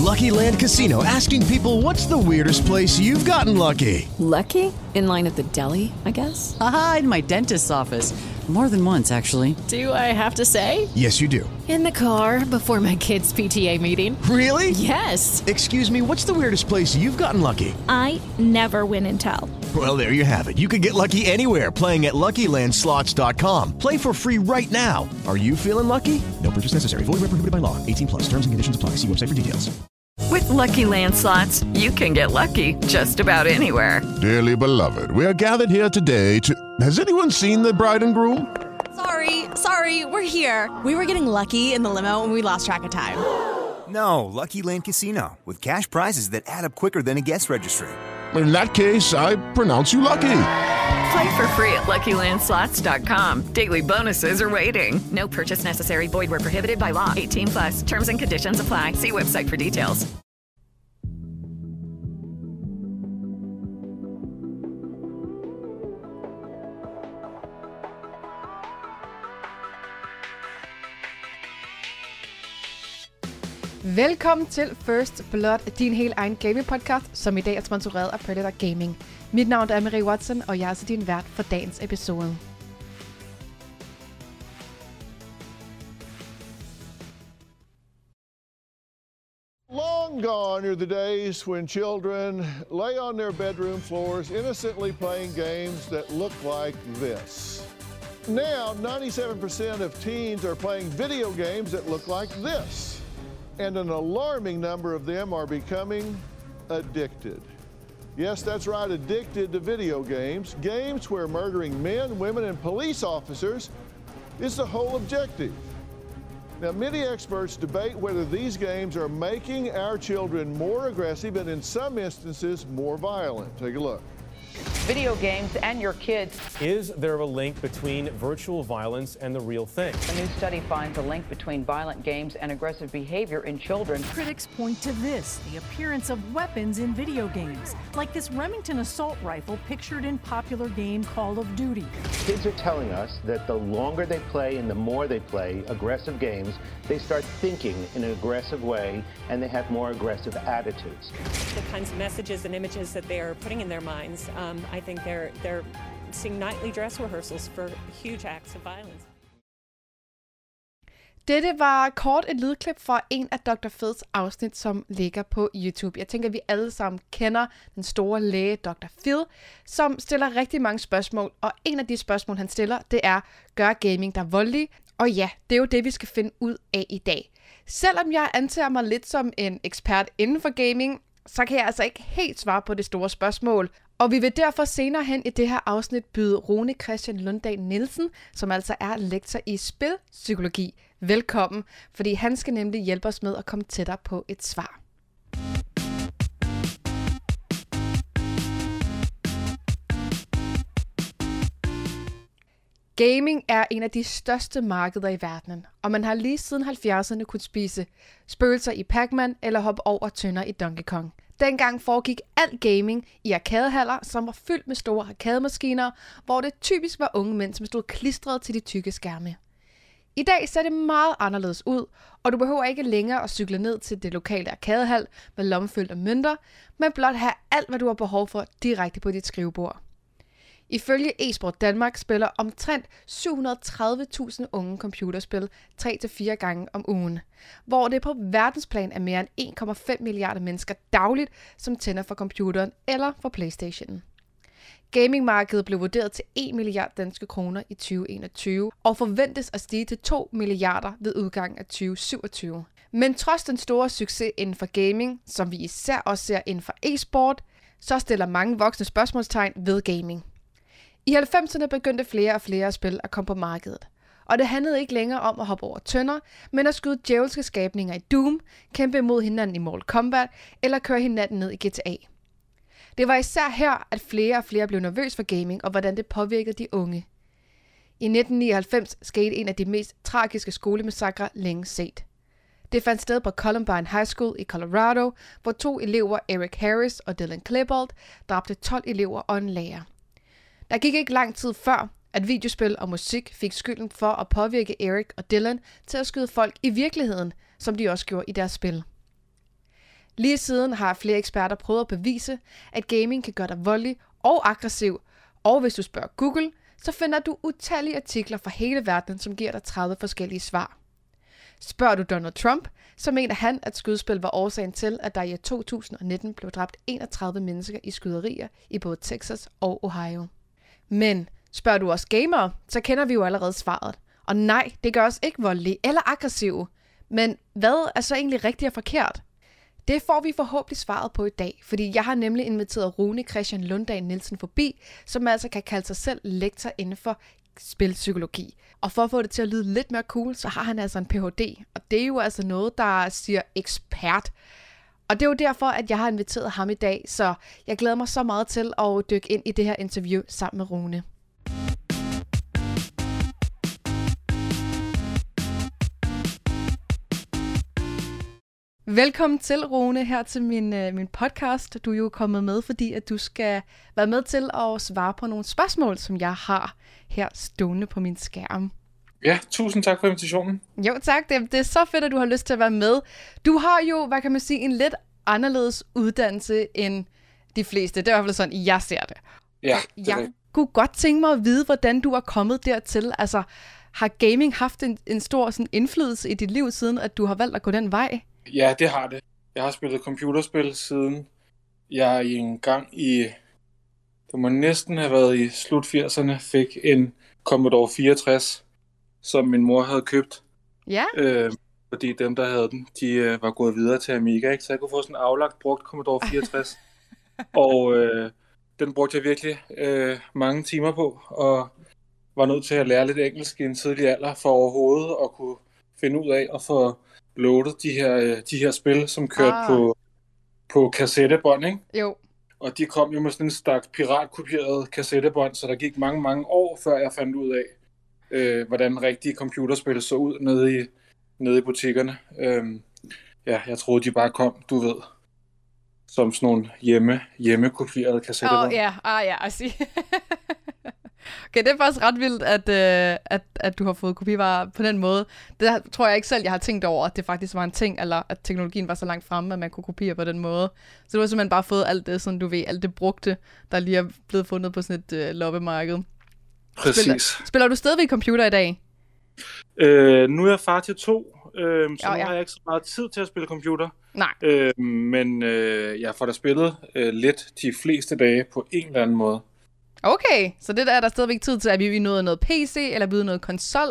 Lucky Land Casino, asking people, what's the weirdest place you've gotten lucky? Lucky? In line at the deli, I guess? Aha, in my dentist's office. More than once, actually. Do I have to say? Yes, you do. In the car before my kids' PTA meeting. Really? Yes. Excuse me, what's the weirdest place you've gotten lucky? I never win and tell. Well, there you have it. You can get lucky anywhere, playing at LuckyLandSlots.com. Play for free right now. Are you feeling lucky? No purchase necessary. Void where prohibited by law. 18 plus. Terms and conditions apply. See website for details. With Lucky Land Slots, you can get lucky just about anywhere. Dearly beloved, we are gathered here today to... Has anyone seen the bride and groom? Sorry, we're here. We were getting lucky in the limo and we lost track of time. No, Lucky Land Casino, with cash prizes that add up quicker than a guest registry. In that case, I pronounce you lucky. Play for free at LuckyLandSlots.com. Daily bonuses are waiting. No purchase necessary. Void where prohibited by law. 18 plus. Terms and conditions apply. See website for details. Velkommen til First Blood, din helt egen gaming-podcast, som i dag er sponsoreret af Predator Gaming. Mit navn er Marie Watson, og jeg er altså din vært for dagens episode. Long gone are the days when children lay on their bedroom floors innocently playing games that look like this. Now, 97% of teens are playing video games that look like this. And an alarming number of them are becoming addicted. Yes, that's right, addicted to video games. Games where murdering men, women, and police officers is the whole objective. Now, many experts debate whether these games are making our children more aggressive and in some instances more violent. Take a look. Video games and your kids. Is there a link between virtual violence and the real thing? A new study finds a link between violent games and aggressive behavior in children. Critics point to this, the appearance of weapons in video games, like this Remington assault rifle pictured in popular game Call of Duty. Kids are telling us that the longer they play and the more they play aggressive games, they start thinking in an aggressive way and they have more aggressive attitudes. The kinds of messages and images that they are putting in their minds, I think they're seeing nightly dress rehearsals for huge acts of violence. Dette var kort et lydklip fra en af Dr. Phils afsnit, som ligger på YouTube. Jeg tænker, at vi alle sammen kender den store læge Dr. Phil, som stiller rigtig mange spørgsmål. Og en af de spørgsmål, han stiller, det er, gør gaming dig voldelig? Og ja, det er jo det, vi skal finde ud af i dag. Selvom jeg antager mig lidt som en ekspert inden for gaming, så kan jeg altså ikke helt svare på det store spørgsmål. Og vi vil derfor senere hen i det her afsnit byde Rune Christian Lundahl Nielsen, som altså er lektor i spilpsykologi, velkommen, fordi han skal nemlig hjælpe os med at komme tættere på et svar. Gaming er en af de største markeder i verdenen, og man har lige siden 70'erne kunnet spise spøgelser i Pac-Man eller hoppe over tønder i Donkey Kong. Dengang foregik al gaming i arkadehaller, som var fyldt med store arkademaskiner, hvor det typisk var unge mænd, som stod klistret til de tykke skærme. I dag ser det meget anderledes ud, og du behøver ikke længere at cykle ned til det lokale arkadehal med lommefyldt af mønter, men blot have alt, hvad du har behov for direkte på dit skrivebord. Ifølge eSport Danmark spiller omtrent 730.000 unge computerspil 3-4 gange om ugen, hvor det på verdensplan er mere end 1,5 milliarder mennesker dagligt, som tænder for computeren eller for PlayStation. Gamingmarkedet blev vurderet til 1 milliard danske kroner i 2021 og forventes at stige til 2 milliarder ved udgangen af 2027. Men trods den store succes inden for gaming, som vi især også ser inden for e-sport, så stiller mange voksne spørgsmålstegn ved gaming. I 90'erne begyndte flere og flere spil at komme på markedet, og det handlede ikke længere om at hoppe over tønder, men at skyde djævelske skabninger i Doom, kæmpe imod hinanden i Mortal Kombat eller køre hinanden ned i GTA. Det var især her, at flere og flere blev nervøs for gaming og hvordan det påvirkede de unge. I 1999 skete en af de mest tragiske skolemassakrer længe set. Det fandt sted på Columbine High School i Colorado, hvor 2 elever, Eric Harris og Dylan Klebold, dræbte 12 elever og en lærer. Der gik ikke lang tid før, at videospil og musik fik skylden for at påvirke Eric og Dylan til at skyde folk i virkeligheden, som de også gjorde i deres spil. Lige siden har flere eksperter prøvet at bevise, at gaming kan gøre dig voldelig og aggressiv, og hvis du spørger Google, så finder du utallige artikler fra hele verden, som giver dig 30 forskellige svar. Spørger du Donald Trump, så mener han, at skydespil var årsagen til, at der i 2019 blev dræbt 31 mennesker i skyderier i både Texas og Ohio. Men spørger du også gamere, så kender vi jo allerede svaret. Og nej, det gør os ikke voldelige eller aggressive. Men hvad er så egentlig rigtigt og forkert? Det får vi forhåbentlig svaret på i dag, fordi jeg har nemlig inviteret Rune Christian Lundahl Nielsen forbi, som altså kan kalde sig selv lektor inden for spilpsykologi. Og for at få det til at lyde lidt mere cool, så har han altså en Ph.D. Og det er jo altså noget, der siger ekspert. Og det er jo derfor, at jeg har inviteret ham i dag, så jeg glæder mig så meget til at dykke ind i det her interview sammen med Rune. Velkommen til, Rune, her til min podcast. Du er jo kommet med, fordi at du skal være med til at svare på nogle spørgsmål, som jeg har her stående på min skærm. Ja, tusind tak for invitationen. Jo tak, det er så fedt, at du har lyst til at være med. Du har jo, hvad kan man sige, en lidt anderledes uddannelse end de fleste. Det er i hvert fald sådan, jeg ser det. Ja, jeg kunne godt tænke mig at vide, hvordan du er kommet dertil. Altså, har gaming haft en stor sådan, indflydelse i dit liv, siden at du har valgt at gå den vej? Ja, det har det. Jeg har spillet computerspil siden jeg engang det må næsten have været i slut 80'erne, fik en Commodore 64, som min mor havde købt. Ja. Fordi dem, der havde den, de var gået videre til Amiga, ikke? Så jeg kunne få sådan en aflagt brugt Commodore 64. Og den brugte jeg virkelig mange timer på, og var nødt til at lære lidt engelsk i en tidlig alder, for overhovedet at kunne finde ud af at få loadet de her spil, som kørte på kassettebånd, ikke? Jo. Og de kom jo med sådan en stak piratkopieret kassettebånd, så der gik mange, mange år, før jeg fandt ud af, hvordan rigtige computerspil så ud nede i butikkerne. Ja, jeg troede, de bare kom, du ved, som sådan nogle hjemmekopierede kassettebånd. I see. Okay, det er faktisk ret vildt, at du har fået kopivarer på den måde. Det tror jeg ikke selv, jeg har tænkt over, at det faktisk var en ting, eller at teknologien var så langt fremme, at man kunne kopiere på den måde. Så du har simpelthen bare fået alt det, sådan du ved, alt det brugte, der lige er blevet fundet på sådan et loppemarked. Præcis. Spiller du stadigvæk computer i dag? Nu er jeg far til 2, så nu har jeg ikke så meget tid til at spille computer. Nej. Men jeg får da spillet lidt de fleste dage på en eller anden måde. Okay, så det er der stadigvæk tid til. Er vi noget PC, eller er vi noget konsol?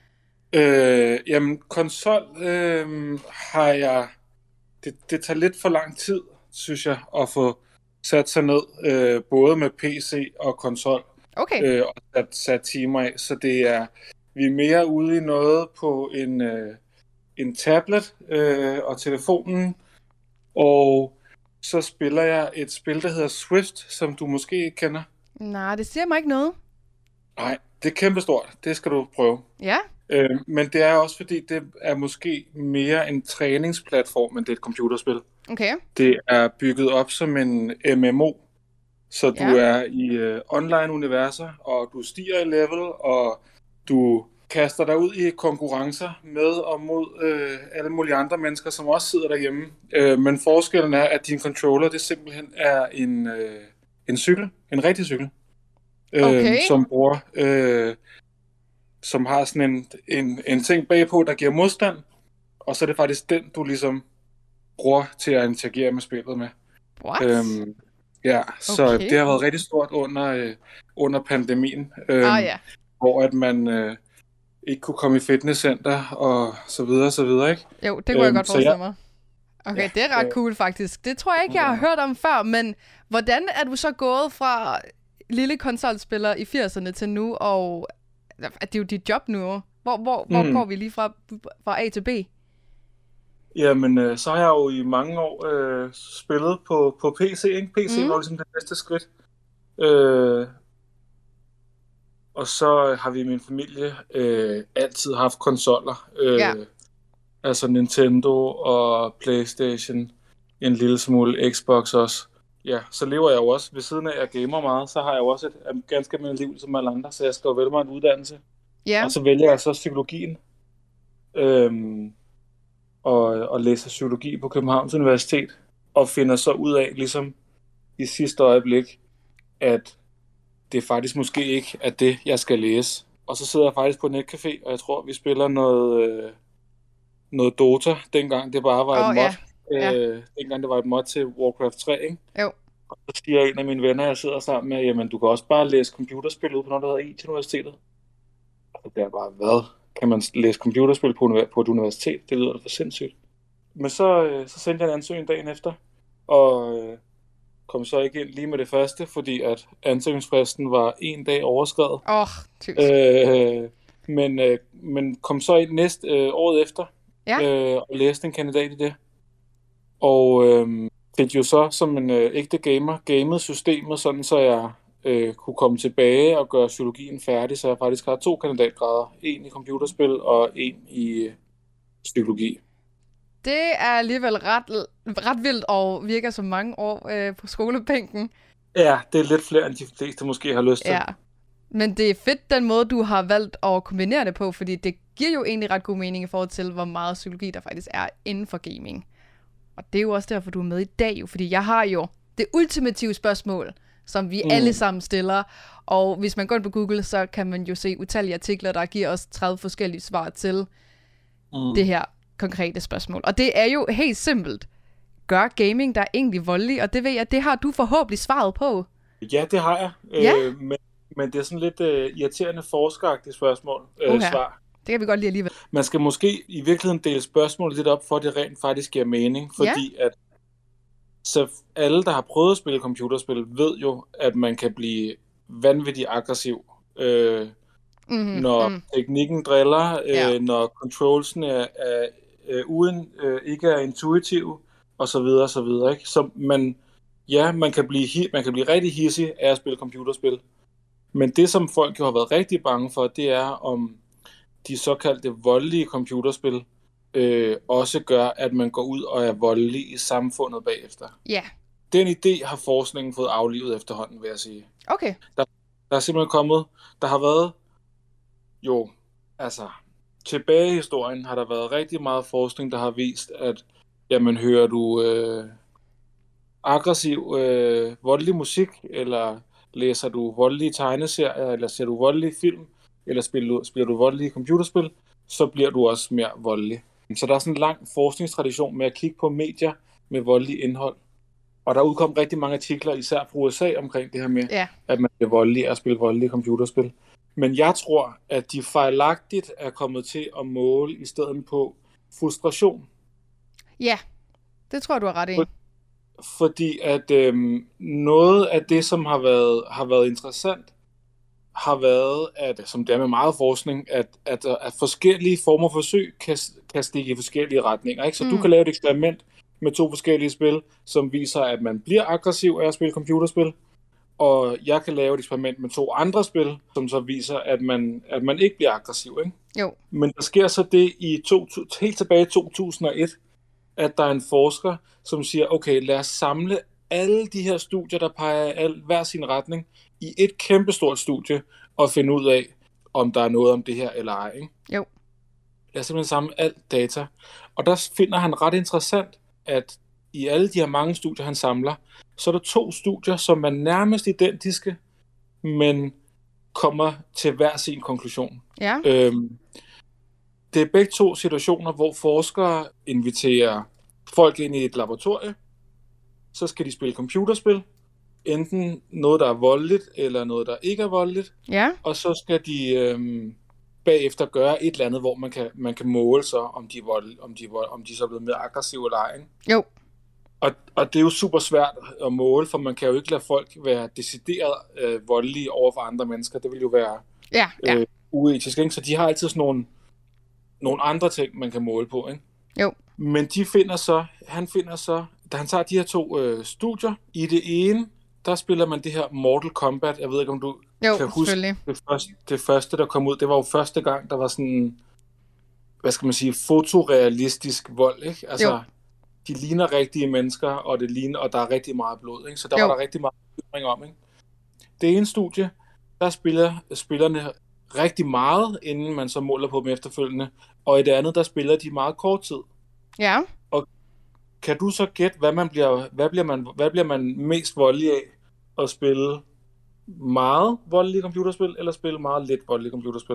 Jamen, konsol har jeg... Det tager lidt for lang tid, synes jeg, at få sat sig ned, både med PC og konsol. Okay. Og sat timer af, så det er... Vi er mere ude i noget på en tablet og telefonen, og så spiller jeg et spil, der hedder Swift, som du måske ikke kender. Nej, det siger mig ikke noget. Nej, det er kæmpestort. Det skal du prøve. Ja. Men det er også fordi, det er måske mere en træningsplatform, end det er et computerspil. Okay. Det er bygget op som en MMO, så du er i online-universer, og du stiger i level, og du kaster dig ud i konkurrencer med og mod alle mulige andre mennesker, som også sidder derhjemme. Men forskellen er, at din controller, det simpelthen er en cykel, en rigtig cykel, som bruger, som har sådan en ting bagpå, der giver modstand, og så er det faktisk den, du ligesom bruger til at interagere med spillet med. What? Så det har været rigtig stort under pandemien, hvor at man ikke kunne komme i fitnesscenter og så videre, ikke? Jo, det kunne jeg godt forestille mig. Okay, det er ret cool faktisk. Det tror jeg ikke, jeg har hørt om før, men hvordan er du så gået fra lille konsolspiller i 80'erne til nu, og det er jo dit job nu. Hvor går vi lige fra A til B? Jamen, så har jeg jo i mange år spillet på PC, ikke? PC var ligesom det næste skridt. Og så har vi i min familie altid haft konsoller. Altså Nintendo og PlayStation, en lille smule Xbox også. Ja, så lever jeg jo også. Ved siden af, at jeg gamer meget, så har jeg jo også et ganske almindeligt liv som alle andre, så jeg skal jo vælge mig en uddannelse. Yeah. Og så vælger jeg så psykologien. Og læser psykologi på Københavns Universitet. og finder så ud af, ligesom i sidste øjeblik, at det faktisk måske ikke er det, jeg skal læse. Og så sidder jeg faktisk på netcafé, og jeg tror, vi spiller noget Dota, dengang det bare var et mod. Dengang det var et mod til Warcraft 3, ikke? Jo. Og så siger en af mine venner, jeg sidder sammen med, jamen du kan også bare læse computerspil ud på noget, der hedder IT-universitetet. Og det er bare, hvad? Kan man læse computerspil på et universitet? Det lyder da for sindssygt. Men så sendte jeg en ansøgning dagen efter, og kom så ikke ind lige med det første, fordi at ansøgningsfristen var 1 dag overskredet. Men kom så ind året efter, og læste en kandidat i det. Og fik jo så som en ægte gamer gamet systemet, sådan så jeg kunne komme tilbage og gøre psykologien færdig, så jeg faktisk har 2 kandidatgrader. En i computerspil og en i psykologi. Det er alligevel ret vildt og virker som mange år på skolebænken. Ja, det er lidt flere, end de fleste måske har lyst til. Ja. Men det er fedt, den måde, du har valgt at kombinere det på, fordi det giver jo egentlig ret god mening i forhold til, hvor meget psykologi der faktisk er inden for gaming. Og det er jo også derfor, du er med i dag, jo, fordi jeg har jo det ultimative spørgsmål, som vi alle sammen stiller. Og hvis man går ind på Google, så kan man jo se utallige artikler, der giver os 30 forskellige svar til det her konkrete spørgsmål. Og det er jo helt simpelt. Gør gaming der egentlig voldelig? Og det ved jeg, det har du forhåbentlig svaret på. Ja, det har jeg. Ja? Men det er sådan lidt irriterende forskeragtigt spørgsmål. Svar. Det kan vi godt lide alligevel. Man skal måske i virkeligheden dele spørgsmålet lidt op, for at det rent faktisk giver mening. Fordi at så alle, der har prøvet at spille computerspil, ved jo, at man kan blive vanvittigt aggressiv, når teknikken driller, når controlsene ikke er intuitive, og så videre, så videre. Ikke? Så man kan blive rigtig hissig af at spille computerspil. Men det, som folk jo har været rigtig bange for, det er, om de såkaldte voldelige computerspil også gør, at man går ud og er voldelig i samfundet bagefter. Ja. Den idé har forskningen fået aflivet efterhånden, vil jeg sige. Okay. Der er simpelthen der har været, tilbage i historien har der været rigtig meget forskning, der har vist, at, jamen, hører du aggressiv, voldelig musik, eller læser du voldelige tegneserier, eller ser du voldelige film, eller spiller du voldelige computerspil, så bliver du også mere voldelig. Så der er sådan en lang forskningstradition med at kigge på medier med voldelig indhold. Og der udkom rigtig mange artikler, især fra USA, omkring det her med, at man bliver voldelig at spille voldelige computerspil. Men jeg tror, at de fejlagtigt er kommet til at måle i stedet på frustration. Ja, det tror jeg, du har ret i. Fordi at noget af det, som har været interessant, har været, at, som det er med meget forskning, at forskellige former for forsøg kan stikke i forskellige retninger. Ikke? Så du kan lave et eksperiment med 2 forskellige spil, som viser, at man bliver aggressiv af at spille computerspil, og jeg kan lave et eksperiment med 2 andre spil, som så viser, at man ikke bliver aggressiv. Ikke? Jo. Men der sker så det helt tilbage i 2001, at der er en forsker, som siger, okay, lad os samle alle de her studier, der peger hver sin retning, i et kæmpestort studie, og finde ud af, om der er noget om det her eller ej. Ikke? Jo. Lad os simpelthen samle alt data. Og der finder han ret interessant, at i alle de her mange studier, han samler, så er der 2 studier, som er nærmest identiske, men kommer til hver sin konklusion. Ja. Det er begge 2 situationer, hvor forskere inviterer folk ind i et laboratorie, så skal de spille computerspil, enten noget, der er voldeligt, eller noget, der ikke er voldeligt, og så skal de bagefter gøre et eller andet, hvor man kan måle så, om de så er blevet mere aggressive eller ej. Jo. Og det er jo super svært at måle, for man kan jo ikke lade folk være decideret voldelige over for andre mennesker. Det vil jo være uetisk, ikke? Så de har altid sådan nogle andre ting, man kan måle på, ikke? Jo. Men han finder så, da han tager de her 2 studier, i det ene, der spiller man det her Mortal Kombat. Jeg ved ikke, om du kan huske det første, der kom ud. Det var jo første gang, der var sådan, hvad skal man sige, fotorealistisk vold, ikke? Altså, de ligner rigtige mennesker, og der er rigtig meget blod, ikke? Så der var der rigtig meget bekymring om, ikke? Det ene studie, der spiller spillerne rigtig meget, inden man så måler på dem efterfølgende, og i det andet, der spiller de meget kort tid. Ja. kan du så gætte, hvad bliver man mest voldelig af? At spille meget voldelige computerspil, eller spille meget lidt voldelige computerspil?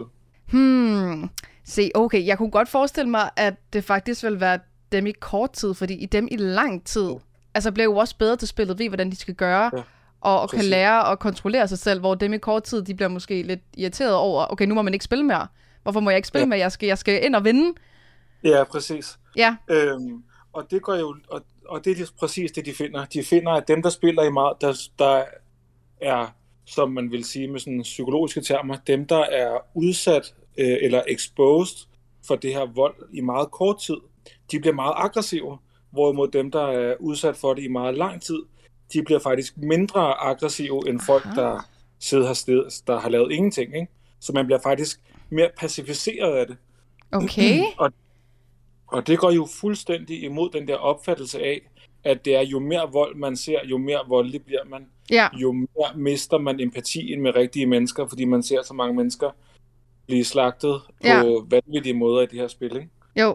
Se, okay, jeg kunne godt forestille mig, at det faktisk vil være dem i kort tid, fordi i dem i lang tid, altså bliver jo også bedre til spillet, ved hvordan de skal gøre, og kan lære at kontrollere sig selv, hvor dem i kort tid, de bliver måske lidt irriteret over, okay, nu må man ikke spille mere. Hvorfor må jeg ikke spille mere? Jeg skal ind og vinde. Ja, præcis. Ja. Og det går jo, og det er præcis det, de finder. De finder, at dem, der spiller i meget, der er, som man vil sige med sådan psykologiske termer, dem, der er udsat eller exposed for det her vold i meget kort tid, de bliver meget aggressive, hvorimod dem, der er udsat for det i meget lang tid, de bliver faktisk mindre aggressive end folk, der sidder her der har lavet ingenting. Ikke? Så man bliver faktisk mere pacificeret af det. Okay. Og det går jo fuldstændig imod den der opfattelse af, at det er jo mere vold man ser, jo mere voldelig bliver man. Ja. Jo mere mister man empatien med rigtige mennesker, fordi man ser så mange mennesker blive slagtet på vanvittige måder i det her spil. Ikke? Jo.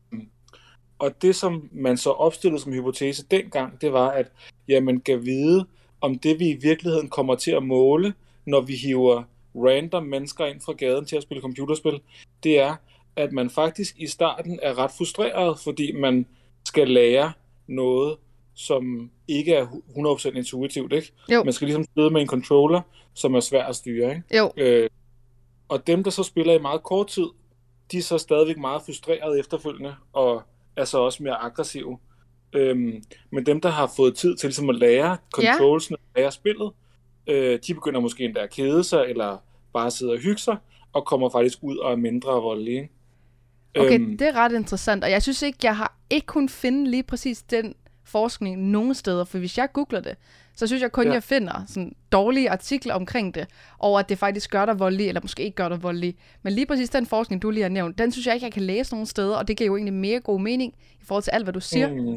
Og det, som man så opstillede som hypotese dengang, det var, at man kan vide, om det vi i virkeligheden kommer til at måle, når vi hiver random mennesker ind fra gaden til at spille computerspil, det er, at man faktisk i starten er ret frustreret, fordi man skal lære noget, som ikke er 100% intuitivt, ikke? Jo. Man skal ligesom spille med en controller, som er svær at styre, ikke? Jo. Og dem, der så spiller i meget kort tid, de er så stadigvæk meget frustrerede efterfølgende, og er så også mere aggressive. Men dem, der har fået tid til ligesom at lære controlsene, lære spillet, de begynder måske endda at kede sig, eller bare sidde og hygge sig, og kommer faktisk ud og er mindre voldelige. Okay, det er ret interessant, og jeg synes ikke, jeg har ikke kunnet finde lige præcis den forskning nogen steder, for hvis jeg googler det, så synes jeg kun, jeg finder sådan dårlige artikler omkring det, over at det faktisk gør dig voldelig, eller måske ikke gør dig voldelig. Men lige præcis den forskning, du lige har nævnt, den synes jeg ikke, jeg kan læse nogen steder, og det giver jo egentlig mere god mening i forhold til alt, hvad du siger.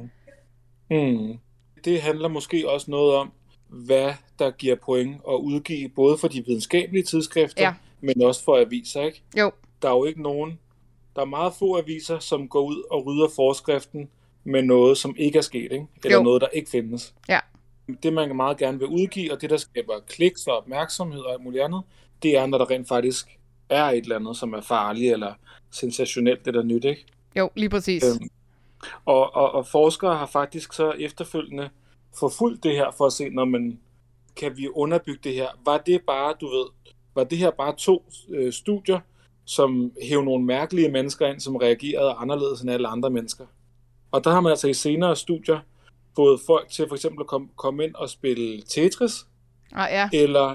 Det handler måske også noget om, hvad der giver point at udgive, både for de videnskabelige tidsskrifter, men også for aviser, ikke? Jo. Der er jo ikke nogen. Der er meget få aviser, som går ud og rydder forskriften med noget, som ikke er sket, ikke? Eller noget, der ikke findes. Ja. Det, man meget gerne vil udgive, og det, der skaber kliks og opmærksomhed og alt muligt andet, det er, når der rent faktisk er et eller andet, som er farligt eller sensationelt eller nyt, ikke? Jo, lige præcis. Og forskere har faktisk så efterfølgende forfulgt det her for at se, når man kan vi underbygge det her. Var det bare, var det her bare 2 studier, som hævde nogle mærkelige mennesker ind, som reagerede anderledes end alle andre mennesker. Og der har man altså i senere studier fået folk til for eksempel at komme ind og spille Tetris, eller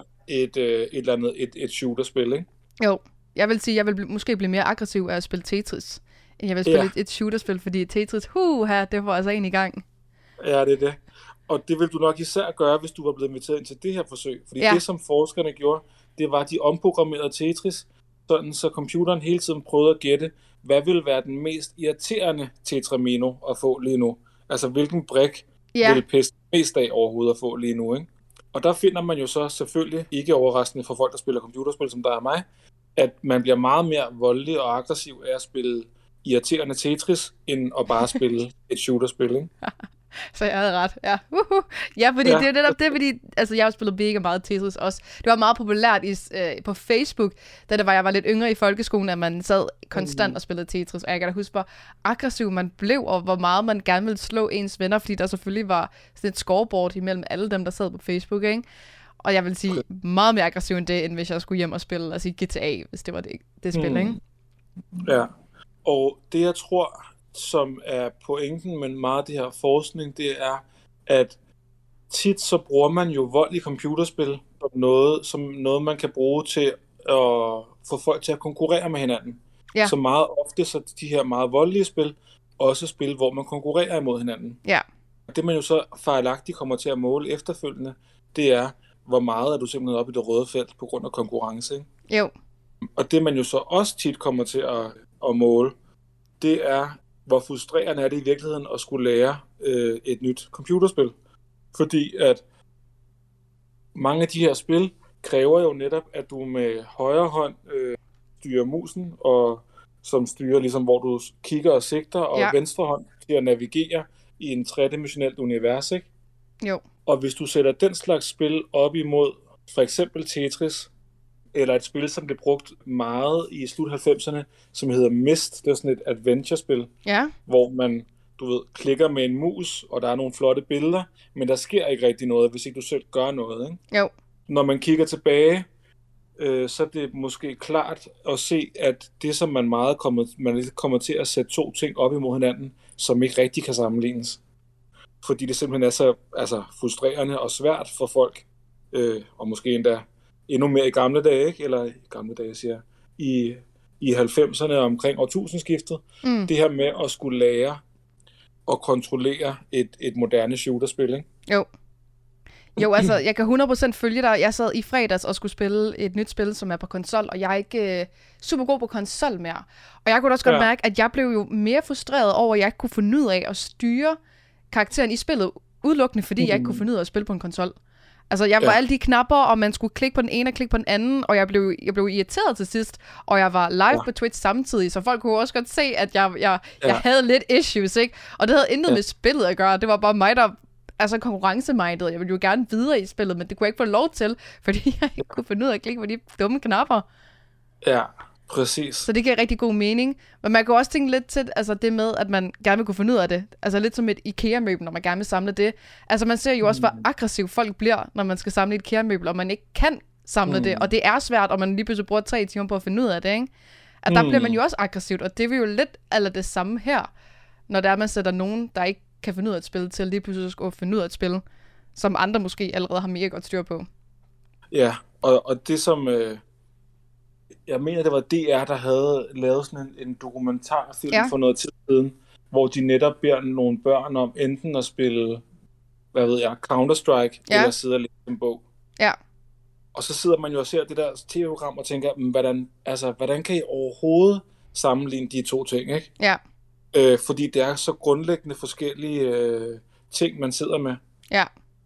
et shooterspil, ikke? Jo, jeg vil sige, jeg vil måske blive mere aggressiv af at spille Tetris, end jeg vil spille et shooterspil, fordi Tetris, det får altså en i gang. Ja, det er det. Og det vil du nok især gøre, hvis du var blevet inviteret ind til det her forsøg. Fordi det, som forskerne gjorde, det var, at de omprogrammerede Tetris, sådan så computeren hele tiden prøvede at gætte, hvad vil være den mest irriterende Tetramino at få lige nu. Altså, hvilken brik vil pisse mest af overhovedet at få lige nu, ikke? Og der finder man jo så selvfølgelig, ikke overraskende for folk, der spiller computerspil, som der er mig, at man bliver meget mere voldelig og aggressiv af at spille irriterende Tetris, end at bare spille et shooterspil, ikke? Så jeg havde ret, ja. Ja, fordi det er netop det, fordi altså, jeg har spillet mega meget Tetris også. Det var meget populært på Facebook, da jeg var lidt yngre i folkeskolen, at man sad konstant og spillede Tetris. Og jeg kan da huske, hvor aggressiv man blev, og hvor meget man gerne ville slå ens venner, fordi der selvfølgelig var sådan et scoreboard imellem alle dem, der sad på Facebook, ikke? Og jeg vil sige meget mere aggressiv end det, end hvis jeg skulle hjem og spille, altså GTA, hvis det var det spil, ikke? Ja, og det jeg tror, som er pointen med meget af det her forskning, det er, at tit så bruger man jo vold i computerspil som noget man kan bruge til at få folk til at konkurrere med hinanden. Ja. Så meget ofte så de her meget voldelige spil, også spil, hvor man konkurrerer imod hinanden. Ja. Det man jo så fejlagtigt kommer til at måle efterfølgende, det er, hvor meget er du simpelthen oppe i det røde felt på grund af konkurrence, ikke? Jo. Og det man jo så også tit kommer til at måle, det er, hvor frustrerende er det i virkeligheden at skulle lære et nyt computerspil. Fordi at mange af de her spil kræver jo netop, at du med højre hånd styrer musen, og som styrer ligesom, hvor du kigger og sigter, og venstre hånd til at navigere i en tredimensionelt univers, ikke? Jo. Og hvis du sætter den slags spil op imod for eksempel Tetris, eller et spil, som blev brugt meget i slut 90'erne, som hedder Myst, det er sådan et adventure-spil, hvor man, du ved, klikker med en mus, og der er nogle flotte billeder, men der sker ikke rigtig noget, hvis ikke du selv gør noget, ikke? Jo. Når man kigger tilbage, så er det måske klart at se, at det, som man kommer til at sætte to ting op imod hinanden, som ikke rigtig kan sammenlignes. Fordi det simpelthen er så frustrerende og svært for folk, og måske endda endnu mere i gamle dage, ikke? Eller i gamle dage, siger jeg, i 90'erne omkring årtusindskiftet. Det her med at skulle lære og kontrollere et moderne shooterspil, ikke? Jo, altså, jeg kan 100% følge dig. Jeg sad i fredags og skulle spille et nyt spil, som er på konsol, og jeg er ikke super god på konsol mere. Og jeg kunne også godt mærke, at jeg blev jo mere frustreret over, at jeg ikke kunne finde ud af at styre karakteren i spillet, udelukkende fordi jeg ikke kunne finde ud af at spille på en konsol. Altså, jeg var alle de knapper, og man skulle klikke på den ene og klikke på den anden, og jeg blev irriteret til sidst, og jeg var live på Twitch samtidig, så folk kunne også godt se, at jeg havde lidt issues, ikke? Og det havde intet med spillet at gøre, det var bare mig, der konkurrencemindet. Jeg ville jo gerne videre i spillet, men det kunne jeg ikke få lov til, fordi jeg ikke kunne finde ud af at klikke på de dumme knapper. Ja, præcis. Så det giver rigtig god mening. Men man kan også tænke lidt til, altså det med, at man gerne vil kunne finde ud af det. Altså lidt som et IKEA-møbel, når man gerne vil samle det. Altså man ser jo også, hvor aggressiv folk bliver, når man skal samle et IKEA-møbel, og man ikke kan samle det. Og det er svært, og man lige pludselig bruger 3 timer på at finde ud af det, ikke? At der bliver man jo også aggressivt, og det er jo lidt eller det samme her, når der man sætter nogen, der ikke kan finde ud af et spil, til lige pludselig at finde ud af et spil, som andre måske allerede har mega godt styr på. Ja, og det som... jeg mener, det var DR, der havde lavet sådan en dokumentarfilm for noget tid siden, hvor de netop beder nogle børn om enten at spille, Counter-Strike, eller sidde og læse en bog. Ja. Og så sidder man jo og ser det der tv-program og tænker, hvordan kan I overhovedet sammenligne de to ting, ikke? Ja. Fordi det er så grundlæggende forskellige ting, man sidder med. Ja.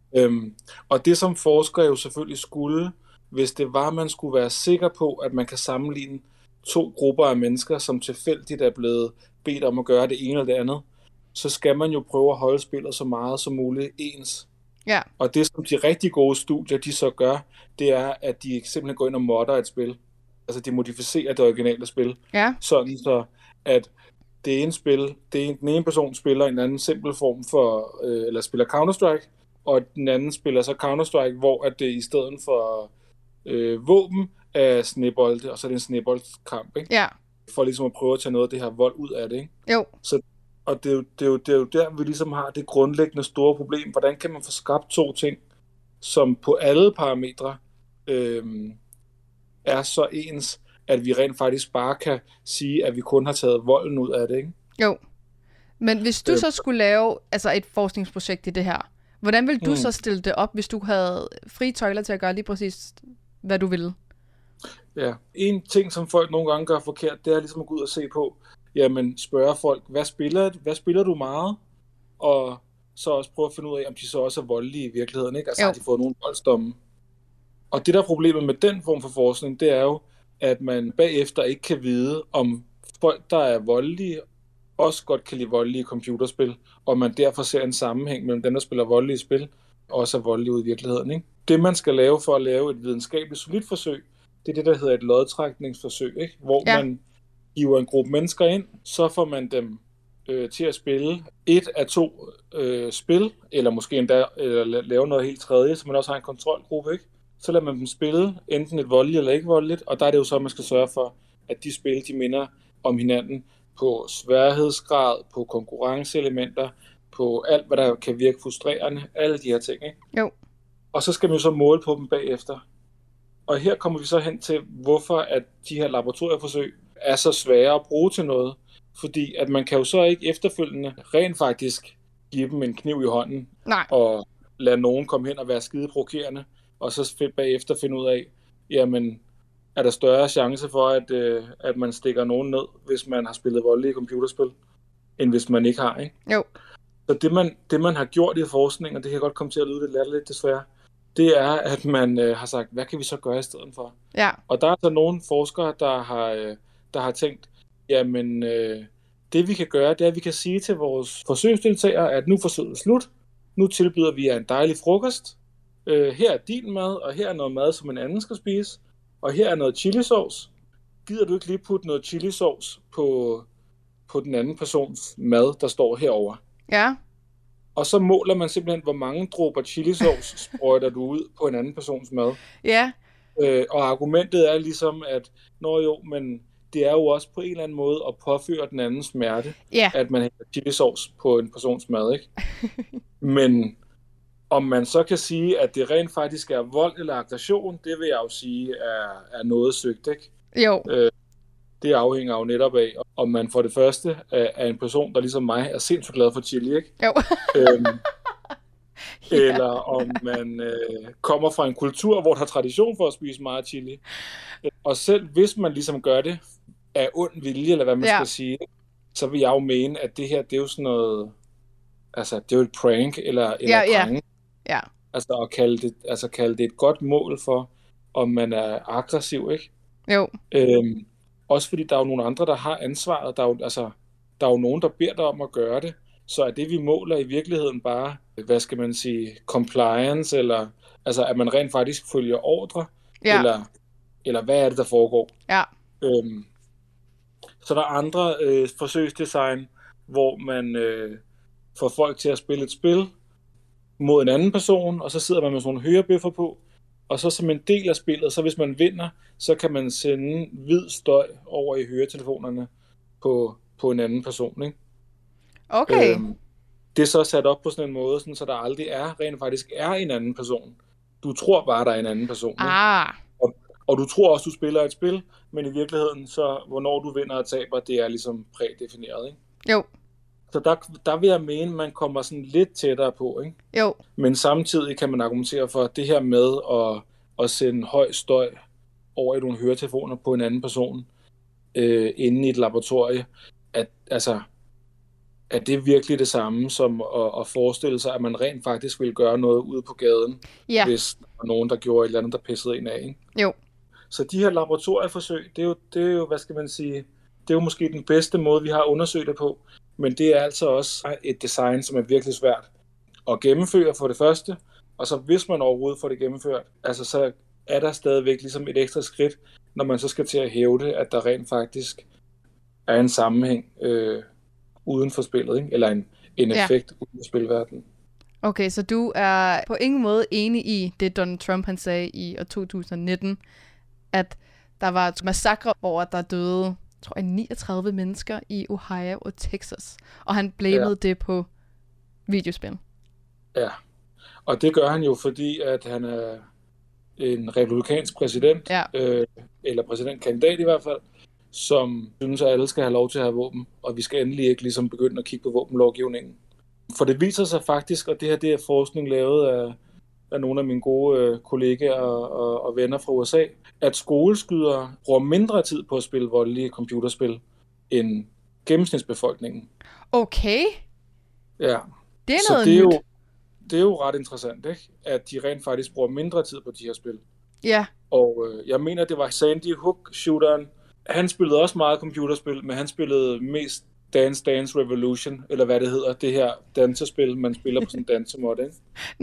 Og det, som forskere jo selvfølgelig skulle, hvis det var, man skulle være sikker på, at man kan sammenligne 2 grupper af mennesker, som tilfældigt er blevet bedt om at gøre det ene eller det andet, så skal man jo prøve at holde spillet så meget som muligt ens. Ja. Og det, som de rigtig gode studier, de så gør, det er, at de simpelthen går ind og modder et spil. Altså, de modificerer det originale spil. Ja. Sådan så, at den ene person spiller en anden simpel form for, eller spiller Counter-Strike, og den anden spiller så Counter-Strike, hvor at det i stedet for våben er snebolde, og så er det en sneboldskamp, ikke? Ja. For ligesom at prøve at tage noget af det her vold ud af det, ikke? Jo. Så, og det er jo der, vi ligesom har det grundlæggende store problem. Hvordan kan man få skabt 2 ting, som på alle parametre er så ens, at vi rent faktisk bare kan sige, at vi kun har taget volden ud af det, ikke? Jo. Men hvis du så skulle lave et forskningsprojekt i det her, hvordan ville du så stille det op, hvis du havde frie tøjler til at gøre lige præcis, hvad du ville? Ja, en ting, som folk nogle gange gør forkert, det er ligesom at gå ud og se på, jamen spørge folk, hvad spiller du meget? Og så også prøve at finde ud af, om de så også er voldelige i virkeligheden, ikke? Altså har de fået nogle voldsdomme. Og det der er problemet med den form for forskning, det er jo, at man bagefter ikke kan vide, om folk, der er voldelige, også godt kan lide voldelige computerspil, og man derfor ser en sammenhæng mellem dem, der spiller voldelige spil, og også er voldelige ude i virkeligheden, ikke? Det, man skal lave for at lave et videnskabeligt solidt forsøg, det er det, der hedder et lodtrækningsforsøg, ikke? Hvor man giver en gruppe mennesker ind, så får man dem til at spille 1 af 2 spil, eller måske endda lave noget helt tredje, så man også har en kontrolgruppe, ikke? Så lader man dem spille enten et voldeligt eller ikke voldeligt, og der er det jo så, at man skal sørge for, at de spil, de minder om hinanden på sværhedsgrad, på konkurrenceelementer, på alt, hvad der kan virke frustrerende, alle de her ting, ikke? Jo. Og så skal man jo så måle på dem bagefter. Og her kommer vi så hen til, hvorfor at de her laboratorieforsøg er så svære at bruge til noget. Fordi at man kan jo så ikke efterfølgende rent faktisk give dem en kniv i hånden. Nej. Og lade nogen komme hen og være skide provokerende, og så bagefter finde ud af, jamen, er der større chance for, at man stikker nogen ned, hvis man har spillet voldelige computerspil, end hvis man ikke har, ikke? Jo. Så det man har gjort i forskning, og det kan godt komme til at lyde lidt latterligt desværre, det er, at man har sagt, hvad kan vi så gøre i stedet for? Ja. Og der er så nogle forskere, der har tænkt, jamen, det vi kan gøre, det er, at vi kan sige til vores forsøgsdeltagere, at nu er forsøget slut. Nu tilbyder vi jer en dejlig frokost. Her er din mad, og her er noget mad, som en anden skal spise. Og her er noget chilisauce. Gider du ikke lige putte noget chilisauce på den anden persons mad, der står herover? Ja. Og så måler man simpelthen, hvor mange dråber chilisauce sprøjter du ud på en anden persons mad. Ja. Og argumentet er ligesom, at men det er jo også på en eller anden måde at påføre den anden smerte, at man hælder chilisauce på en persons mad, ikke? Men om man så kan sige, at det rent faktisk er vold eller aggression, det vil jeg jo sige er noget søgt, ikke? Jo. Det afhænger jo netop af, om man for det første er en person, der ligesom mig er sindssygt glad for chili, ikke? Jo. Eller om man kommer fra en kultur, hvor der er tradition for at spise meget chili. Og selv hvis man ligesom gør det af ond vilje, eller hvad man skal sige, så vil jeg jo mene, at det her, det er jo sådan noget, altså det er jo et prank, eller prank. Ja. Altså at kalde det et godt mål for, om man er aggressiv, ikke? Jo. Også fordi der er jo nogle andre, der har ansvaret. Der er jo nogen, der beder dig om at gøre det. Så er det, vi måler i virkeligheden bare, hvad skal man sige, compliance, eller altså at man rent faktisk følger ordre, eller hvad er det, der foregår? Ja. Så der er andre forsøgsdesign, hvor man får folk til at spille et spil mod en anden person, og så sidder man med sådan nogle hørebøffer på, og så som en del af spillet, så hvis man vinder, så kan man sende hvid støj over i høretelefonerne på en anden person, ikke? Okay. Det er så sat op på sådan en måde, sådan, så der aldrig rent faktisk er en anden person. Du tror bare, der er en anden person. Ikke? Og du tror også, du spiller et spil, men i virkeligheden, så hvornår du vinder og taber, det er ligesom prædefineret, ikke? Jo. Så der vil jeg mene, man kommer sådan lidt tættere på, ikke? Jo. Men samtidig kan man argumentere for, at det her med at sende høj støj over i nogle høretelefoner på en anden person inde i et laboratorie, at det er virkelig det samme som at forestille sig, at man rent faktisk vil gøre noget ude på gaden, hvis der var nogen, der gjorde et eller andet, der pissede en af, ikke? Jo. Så de her laboratorieforsøg, det er jo, hvad skal man sige, det er jo måske den bedste måde, vi har undersøgt det på, men det er altså også et design, som er virkelig svært at gennemføre for det første, og så hvis man overhovedet får det gennemført, altså så er der stadigvæk ligesom et ekstra skridt, når man så skal til at hævde, at der rent faktisk er en sammenhæng uden for spillet, ikke? Eller en effekt uden for spilverdenen. Okay, så du er på ingen måde enig i det, Donald Trump han sagde i 2019, at der var et massakre, hvor der døde, tror jeg, 39 mennesker i Ohio og Texas, og han blamede det på videospil. Ja, og det gør han jo, fordi at han er en republikansk præsident, eller præsidentkandidat i hvert fald, som synes, at alle skal have lov til at have våben, og vi skal endelig ikke ligesom begynde at kigge på våbenlovgivningen. For det viser sig faktisk, og det her det er forskning lavet af nogle af mine gode kollegaer og venner fra USA, at skoleskydere bruger mindre tid på at spille voldelige computerspil end gennemsnitsbefolkningen. Okay. Ja. Det er noget nyt. Det er jo ret interessant, ikke? At de rent faktisk bruger mindre tid på de her spil. Ja. Og jeg mener, det var Sandy Hook-shooteren. Han spillede også meget computerspil, men han spillede mest Dance Dance Revolution, eller hvad det hedder, det her dansespil, man spiller på sådan en dansemod, ikke? Nå,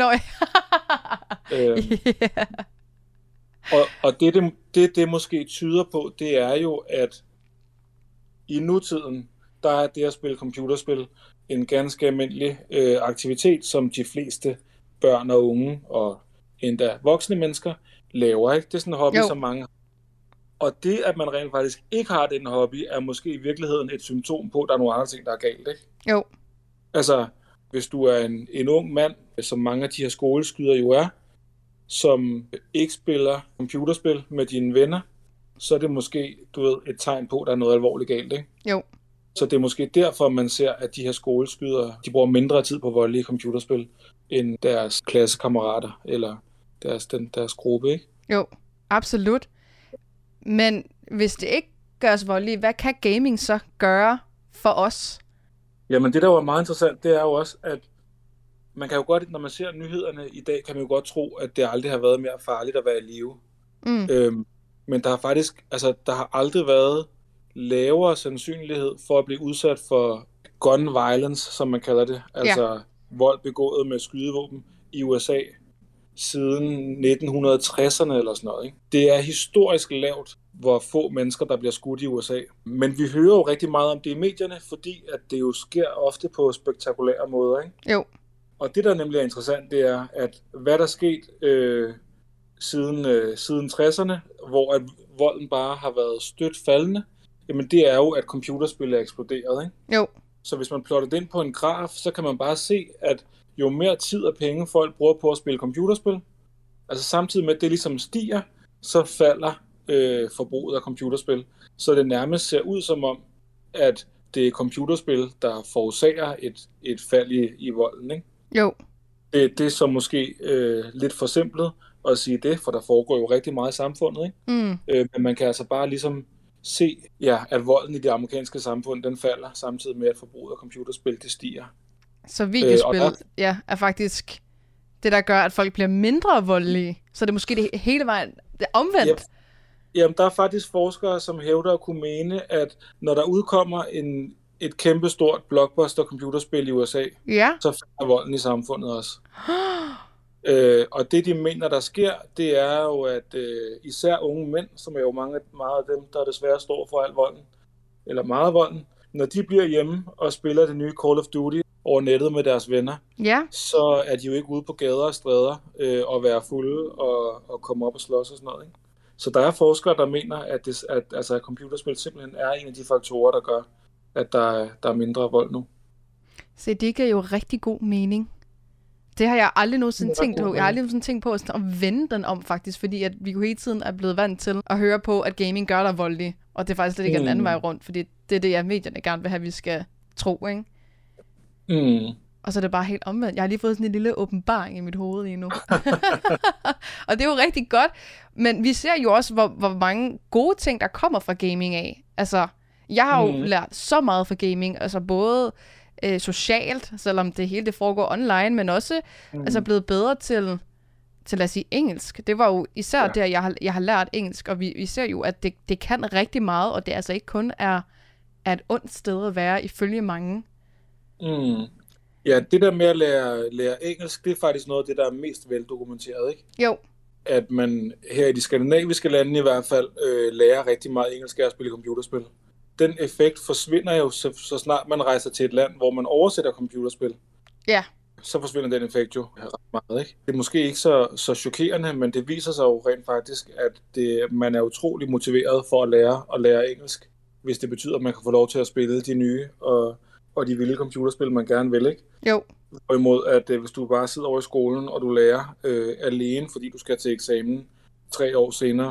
Og det måske tyder på, det er jo, at i nutiden, der er det at spille computerspil en ganske almindelig aktivitet, som de fleste børn og unge, og endda voksne mennesker, laver, ikke? Det er sådan en hobby, som mange har. Og det, at man rent faktisk ikke har den hobby, er måske i virkeligheden et symptom på, at der er nogle andre ting, der er galt, ikke? Jo. Altså, hvis du er en ung mand, som mange af de her skoleskyder jo er, som ikke spiller computerspil med dine venner, så er det måske, et tegn på, at der er noget alvorligt galt, ikke? Jo. Så det er måske derfor, man ser, at de her skoleskydere, de bruger mindre tid på voldelige computerspil, end deres klassekammerater, eller deres gruppe, ikke? Jo, absolut. Men hvis det ikke gør os voldelige, hvad kan gaming så gøre for os? Jamen det, der var meget interessant, det er jo også, at man kan jo godt, når man ser nyhederne i dag, kan man jo godt tro, at det aldrig har været mere farligt at være i live. Men der har faktisk, altså der har aldrig været lavere sandsynlighed for at blive udsat for gun violence, som man kalder det, altså vold begået med skydevåben i USA siden 1960'erne eller sådan noget. Ikke? Det er historisk lavt, hvor få mennesker, der bliver skudt i USA. Men vi hører jo rigtig meget om det i medierne, fordi at det jo sker ofte på spektakulære måder. Ikke? Jo. Og det, der nemlig er interessant, det er, at hvad der er sket siden 60'erne, hvor at volden bare har været stødt faldende, jamen det er jo, at computerspil er eksploderet. Ikke? Jo. Så hvis man plotter det ind på en graf, så kan man bare se, at jo mere tid og penge folk bruger på at spille computerspil, altså samtidig med, at det ligesom stiger, så falder forbruget af computerspil. Så det nærmest ser ud som om, at det er computerspil, der forårsager et fald i volden. Ikke? Jo. Det er så måske lidt for simpelt at sige det, for der foregår jo rigtig meget i samfundet. Ikke? Men man kan altså bare ligesom se, at volden i det amerikanske samfund, den falder, samtidig med, at forbruget af computerspil, det stiger. Så videospil er faktisk det, der gør, at folk bliver mindre voldelige. Så det er måske det hele vejen det er omvendt. Yep. Jamen, der er faktisk forskere, som hævder at kunne mene, at når der udkommer et kæmpestort blockbuster computerspil i USA, så falder volden i samfundet også. Og det, de mener, der sker, det er jo, at især unge mænd, som er jo meget af dem, der desværre står for al volden, eller meget volden, når de bliver hjemme og spiller det nye Call of Duty over nettet med deres venner, så er de jo ikke ude på gader og stræder og være fulde og komme op og slås og sådan noget. Ikke? Så der er forskere, der mener, at computerspil simpelthen er en af de faktorer, der gør, at der er mindre vold nu. Så det giver jo rigtig god mening. Det har jeg aldrig nogensinde tænkt på. Jeg har aldrig nogensinde tænkt på at vende den om, faktisk, fordi at vi jo hele tiden er blevet vant til at høre på, at gaming gør dig voldelig, og det er faktisk slet ikke den anden vej rundt, fordi det er det, at medierne gerne vil have, vi skal tro, ikke? Og så er det bare helt omvendt. Jeg har lige fået sådan en lille åbenbaring i mit hoved lige nu. Og det er jo rigtig godt, men vi ser jo også, hvor mange gode ting, der kommer fra gaming af. Altså, jeg har jo lært så meget fra gaming, altså både socialt, selvom det hele det foregår online, men også altså blevet bedre til at sige engelsk. Det var jo især der, jeg har lært engelsk, og vi ser jo, at det kan rigtig meget, og det altså ikke kun er et ondt sted at være, ifølge mange. Ja, det der med at lære engelsk, det er faktisk noget af det, der er mest veldokumenteret, ikke? Jo. At man her i de skandinaviske lande i hvert fald lærer rigtig meget engelsk af at spille computerspil. Den effekt forsvinder jo, så snart man rejser til et land, hvor man oversætter computerspil. Ja. Så forsvinder den effekt jo ret meget, ikke? Det er måske ikke så chokerende, men det viser sig jo rent faktisk, at man er utrolig motiveret for at lære engelsk, hvis det betyder, at man kan få lov til at spille de nye og de vilde computerspil, man gerne vil, ikke? Jo. Hvorimod, at hvis du bare sidder over i skolen, og du lærer alene, fordi du skal til eksamen 3 år senere,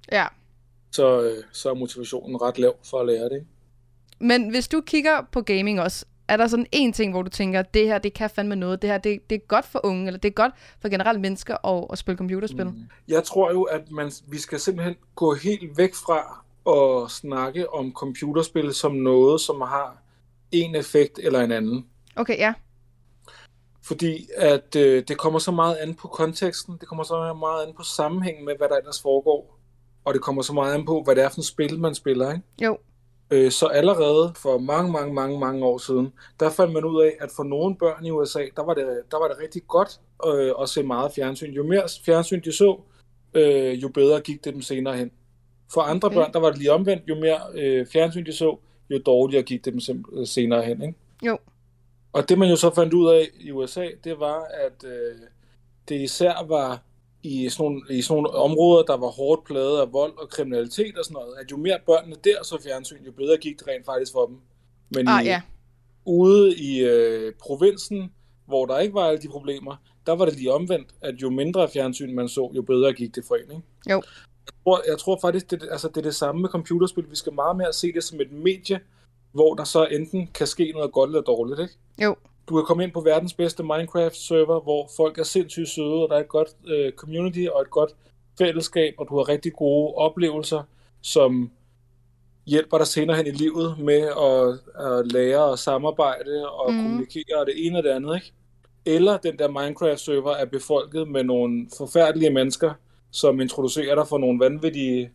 så er motivationen ret lav for at lære det, ikke? Men hvis du kigger på gaming også, er der sådan en ting, hvor du tænker, det her, det kan fandme noget, det her, det er godt for unge, eller det er godt for generelt mennesker at spille computerspil? Jeg tror jo, at vi skal simpelthen gå helt væk fra at snakke om computerspil som noget, som har en effekt eller en anden. Okay, ja. Fordi at det kommer så meget an på konteksten, det kommer så meget an på sammenhængen med, hvad der ellers foregår, og det kommer så meget an på, hvad det er for et spil, man spiller, ikke? Jo. Så allerede for mange år siden, der fandt man ud af, at for nogle børn i USA, der var det rigtig godt at se meget fjernsyn. Jo mere fjernsyn de så, jo bedre gik det dem senere hen. For andre børn, der var det lige omvendt. Jo mere fjernsyn de så, jo dårligere gik det dem senere hen, ikke? Jo. Og det man jo så fandt ud af i USA, det var, at det især var i sådan nogle områder, der var hårdt plaget af vold og kriminalitet og sådan noget, at jo mere børnene der så fjernsyn, jo bedre gik det rent faktisk for dem. Men ude i provinsen, hvor der ikke var alle de problemer, der var det lige omvendt, at jo mindre fjernsyn man så, jo bedre gik det for en, ikke? Jo. Jeg tror faktisk, det er det samme med computerspil. Vi skal meget mere se det som et medie, hvor der så enten kan ske noget godt eller dårligt, ikke? Jo. Du kan komme ind på verdens bedste Minecraft-server, hvor folk er sindssygt søde, og der er et godt community og et godt fællesskab, og du har rigtig gode oplevelser, som hjælper dig senere hen i livet med at lære og samarbejde og kommunikere og det ene og det andet, ikke? Eller den der Minecraft-server er befolket med nogle forfærdelige mennesker, som introducerer dig for nogle vanvittige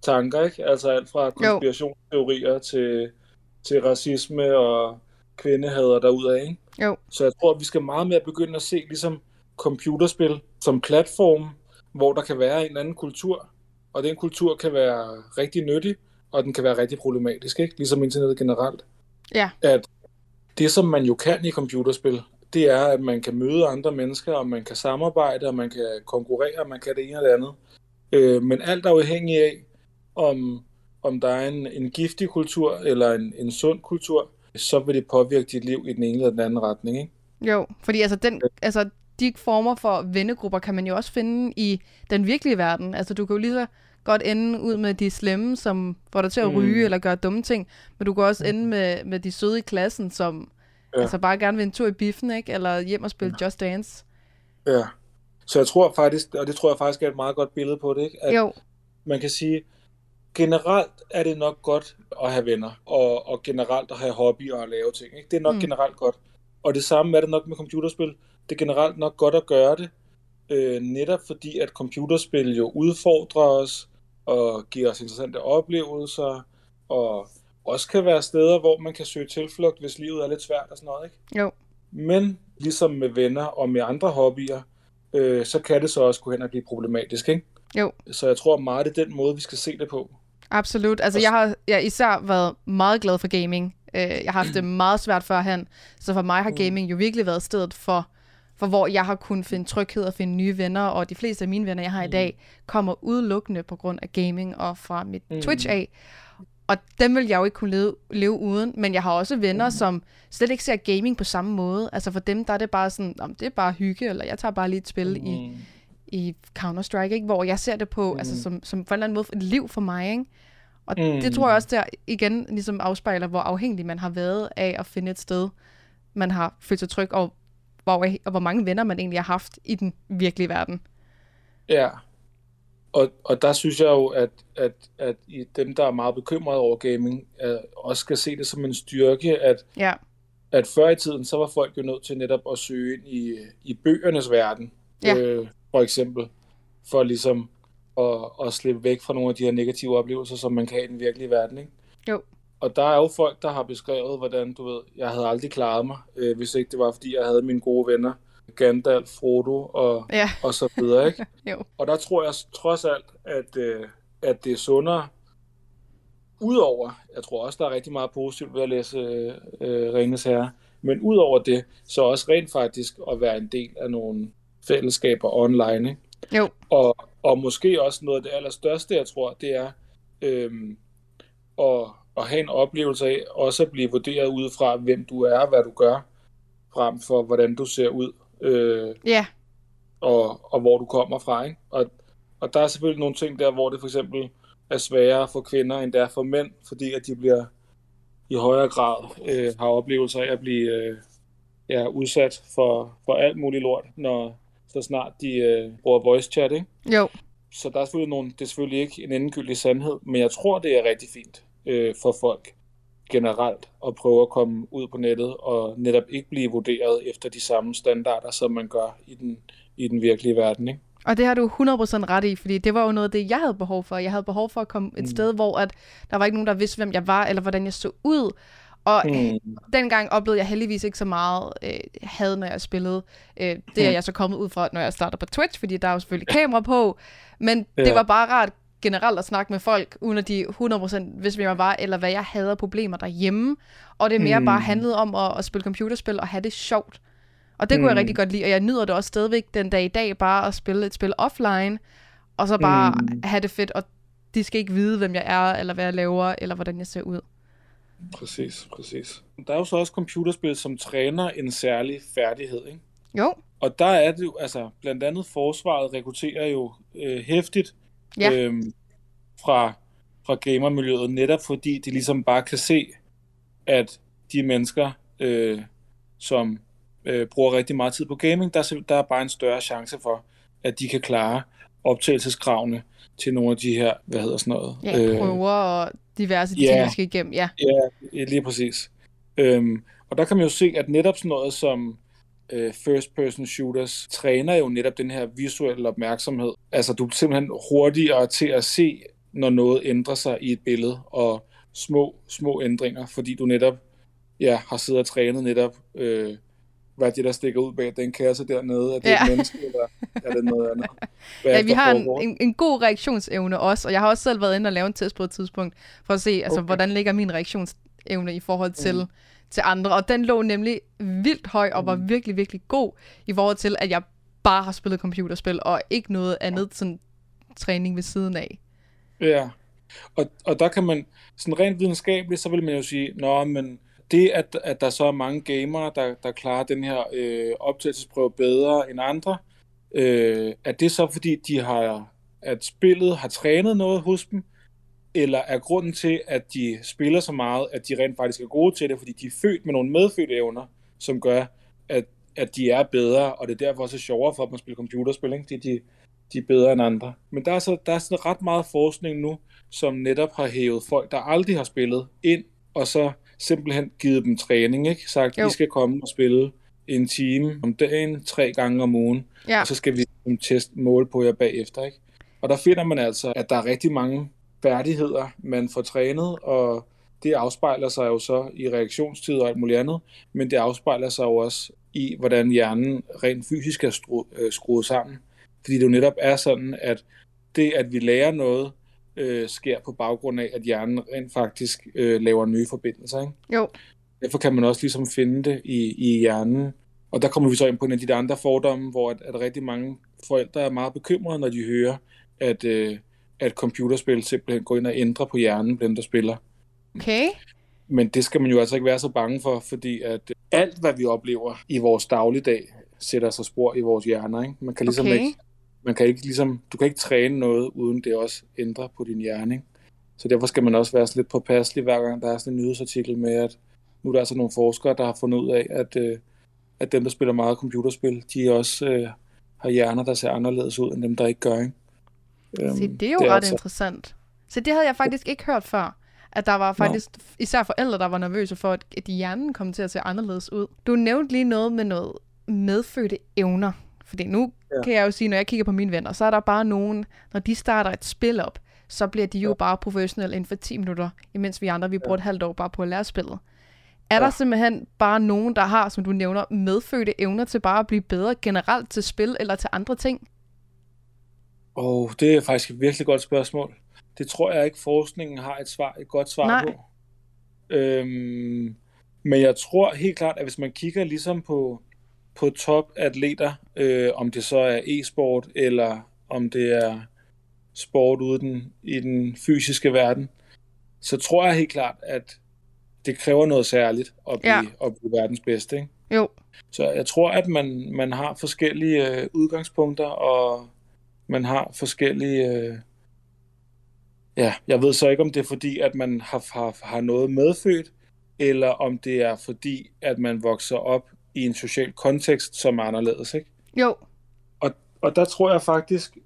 tanker, ikke? Altså alt fra konspirationsteorier til racisme og kvindehader derudad, ikke? Jo. Så jeg tror, at vi skal meget mere begynde at se ligesom computerspil som platform, hvor der kan være en eller anden kultur, og den kultur kan være rigtig nyttig, og den kan være rigtig problematisk, ikke? Ligesom internettet generelt. Ja. At det, som man jo kan i computerspil, det er, at man kan møde andre mennesker, og man kan samarbejde, og man kan konkurrere, og man kan det ene og det andet. Men alt er afhængig af, om der er en giftig kultur, eller en sund kultur, så vil det påvirke dit liv i den ene eller den anden retning, ikke? Jo, fordi de former for vennegrupper kan man jo også finde i den virkelige verden. Altså du kan jo lige så godt ende ud med de slemme, som får dig til at ryge eller gøre dumme ting, men du kan også ende med de søde i klassen, som altså bare gerne vil en tur i biffen, ikke? Eller hjem og spille Just Dance. Ja, så jeg tror faktisk, og det tror jeg faktisk er et meget godt billede på det, ikke? At man kan sige, generelt er det nok godt at have venner, og generelt at have hobbyer og lave ting, ikke? Det er nok generelt godt. Og det samme er det nok med computerspil. Det er generelt nok godt at gøre det, netop fordi at computerspil jo udfordrer os, og giver os interessante oplevelser, og også kan være steder, hvor man kan søge tilflugt, hvis livet er lidt svært og sådan noget, ikke? Jo. Men ligesom med venner og med andre hobbyer, så kan det så også gå hen og blive problematisk, ikke? Jo. Så jeg tror meget, det er den måde, vi skal se det på. Absolut. Altså jeg har især været meget glad for gaming. Jeg har haft det meget svært førhen, så for mig har gaming jo virkelig været stedet for hvor jeg har kunnet finde tryghed og finde nye venner, og de fleste af mine venner, jeg har i dag, kommer udelukkende på grund af gaming og fra mit Twitch af. Og dem vil jeg jo ikke kunne leve uden, men jeg har også venner, som slet ikke ser gaming på samme måde. Altså for dem, der er det bare sådan, det er bare hygge, eller jeg tager bare lige et spil i Counter-Strike, ikke? Hvor jeg ser det på, altså som på en eller anden måde et liv for mig, ikke? Og det tror jeg også, der igen ligesom afspejler, hvor afhængig man har været af at finde et sted, man har følt sig tryg, og hvor mange venner man egentlig har haft i den virkelige verden. Ja, og der synes jeg jo, at i dem, der er meget bekymrede over gaming, også skal se det som en styrke, at før i tiden, så var folk jo nødt til netop at søge ind i bøgernes verden, for eksempel, for ligesom at slippe væk fra nogle af de her negative oplevelser, som man kan i den virkelige verden, ikke? Jo. Og der er jo folk, der har beskrevet, hvordan, du ved, jeg havde aldrig klaret mig, hvis ikke det var, fordi jeg havde mine gode venner, Gandalf, Frodo og så videre, ikke? Jo. Og der tror jeg trods alt, at det er sundere. Udover, jeg tror også, der er rigtig meget positivt ved at læse Ringenes Herre, men udover det, så også rent faktisk at være en del af nogle fællesskaber online, ikke? Jo. Og måske også noget af det allerstørste, jeg tror, det er at have en oplevelse af også at blive vurderet ud fra, hvem du er, hvad du gør, frem for hvordan du ser ud, og hvor du kommer fra, ikke? Og der er selvfølgelig nogle ting der, hvor det for eksempel er sværere for kvinder, end det er for mænd, fordi at de bliver i højere grad har oplevelser af at blive udsat for alt muligt lort, så snart de bruger voice chat, ikke? Jo. Så der er selvfølgelig det er selvfølgelig ikke en endegyldig sandhed, men jeg tror, det er rigtig fint for folk generelt at prøve at komme ud på nettet og netop ikke blive vurderet efter de samme standarder, som man gør i den virkelige verden, ikke? Og det har du 100% ret i, fordi det var jo noget af det, jeg havde behov for. Jeg havde behov for at komme et sted, hvor at der var ikke nogen, der vidste, hvem jeg var, eller hvordan jeg så ud. Og dengang oplevede jeg heldigvis ikke så meget had, når jeg spillede. Det er jeg så kommet ud fra, når jeg starter på Twitch, fordi der er jo selvfølgelig kamera på. Men det var bare rart generelt at snakke med folk, uden at de 100% vidste, hvem jeg var, eller hvad jeg havde af problemer derhjemme. Og det mere bare handlede om at spille computerspil og have det sjovt. Og det kunne jeg rigtig godt lide, og jeg nyder det også stadigvæk den dag i dag, bare at spille et spil offline, og så bare have det fedt, og de skal ikke vide, hvem jeg er, eller hvad jeg laver, eller hvordan jeg ser ud. Præcis. Der er jo så også computerspil, som træner en særlig færdighed, ikke? Jo. Og der er det jo, altså blandt andet forsvaret rekrutterer jo hæftigt fra gamermiljøet, netop fordi de ligesom bare kan se, at de mennesker, som bruger rigtig meget tid på gaming, der er bare en større chance for, at de kan klare optagelseskravene til nogle af de her, prøver og diverse ting, der skal igennem. Ja, lige præcis. Og der kan man jo se, at netop sådan noget som first person shooters træner jo netop den her visuelle opmærksomhed. Altså du er simpelthen hurtigere til at se når noget ændrer sig i et billede, og små ændringer, fordi du netop har siddet og trænet netop, hvad er det, der stikker ud bag den kasse dernede? Er det et menneske, eller er det noget andet? Vi har en god reaktionsevne også, og jeg har også selv været inde og lave en test på et tidspunkt, for at se, altså, hvordan ligger min reaktionsevne i forhold til andre, og den lå nemlig vildt høj, og var virkelig, virkelig god, i forhold til, at jeg bare har spillet computerspil, og ikke noget andet sådan træning ved siden af. Ja, og der kan man, sådan rent videnskabeligt, så vil man jo sige, men det, at der så er mange gamere, der klarer den her optagelsesprøve bedre end andre, er det så fordi, at spillet har trænet noget hos dem, eller er grunden til, at de spiller så meget, at de rent faktisk er gode til det, fordi de er født med nogle medfødte evner, som gør, at de er bedre, og det er derfor også sjovere for dem at spille computerspil, ikke? De er bedre end andre. Men der er sådan ret meget forskning nu, som netop har hævet folk, der aldrig har spillet, ind, og så simpelthen givet dem træning, ikke? Sagt, I skal komme og spille en time om dagen, 3 gange om ugen, og så skal vi måle på jer bagefter, ikke? Og der finder man altså, at der er rigtig mange færdigheder, man får trænet, og det afspejler sig jo så i reaktionstid og alt muligt andet, men det afspejler sig jo også i, hvordan hjernen rent fysisk er skruet sammen. Fordi det jo netop er sådan, at det, at vi lærer noget, sker på baggrund af, at hjernen rent faktisk laver nye forbindelser, ikke? Jo. Derfor kan man også ligesom finde det i hjernen. Og der kommer vi så ind på en af de andre fordomme, hvor at rigtig mange forældre er meget bekymrede, når de hører, at computerspil simpelthen går ind og ændrer på hjernen på dem, der spiller. Okay. Men det skal man jo altså ikke være så bange for, fordi at alt, hvad vi oplever i vores dagligdag, sætter sig spor i vores hjerner, ikke? Man kan ligesom du kan ikke træne noget, uden det også ændrer på din hjerne, ikke? Så derfor skal man også være lidt påpasselig, hver gang der er sådan en nyhedsartikel med, at nu er der altså nogle forskere, der har fundet ud af, at dem, der spiller meget computerspil, de også har hjerner, der ser anderledes ud, end dem, der ikke gør, ikke? Så det er jo ret interessant. Så det havde jeg faktisk ikke hørt før. At der var faktisk især forældre, der var nervøse for, at hjernen kom til at se anderledes ud. Du nævnte lige noget med noget medfødte evner. Fordi nu kan jeg jo sige, når jeg kigger på mine venner, så er der bare nogen, når de starter et spil op, så bliver de jo bare professionelle inden for 10 minutter, imens vi andre, vi bruger et halvt år bare på at lære spillet. Er der simpelthen bare nogen, der har, som du nævner, medfødte evner til bare at blive bedre generelt til spil eller til andre ting? Det er faktisk et virkelig godt spørgsmål. Det tror jeg ikke, forskningen har et godt svar på. Men jeg tror helt klart, at hvis man kigger ligesom på topatleter, om det så er e-sport, eller om det er sport ude i den fysiske verden, så tror jeg helt klart, at det kræver noget særligt at blive verdens bedste, ikke? Jo. Så jeg tror, at man har forskellige udgangspunkter, og man har forskellige... jeg ved så ikke, om det er fordi, at man har noget medfødt, eller om det er fordi, at man vokser op i en social kontekst, som er anderledes, ikke? Jo. Og der tror jeg faktisk,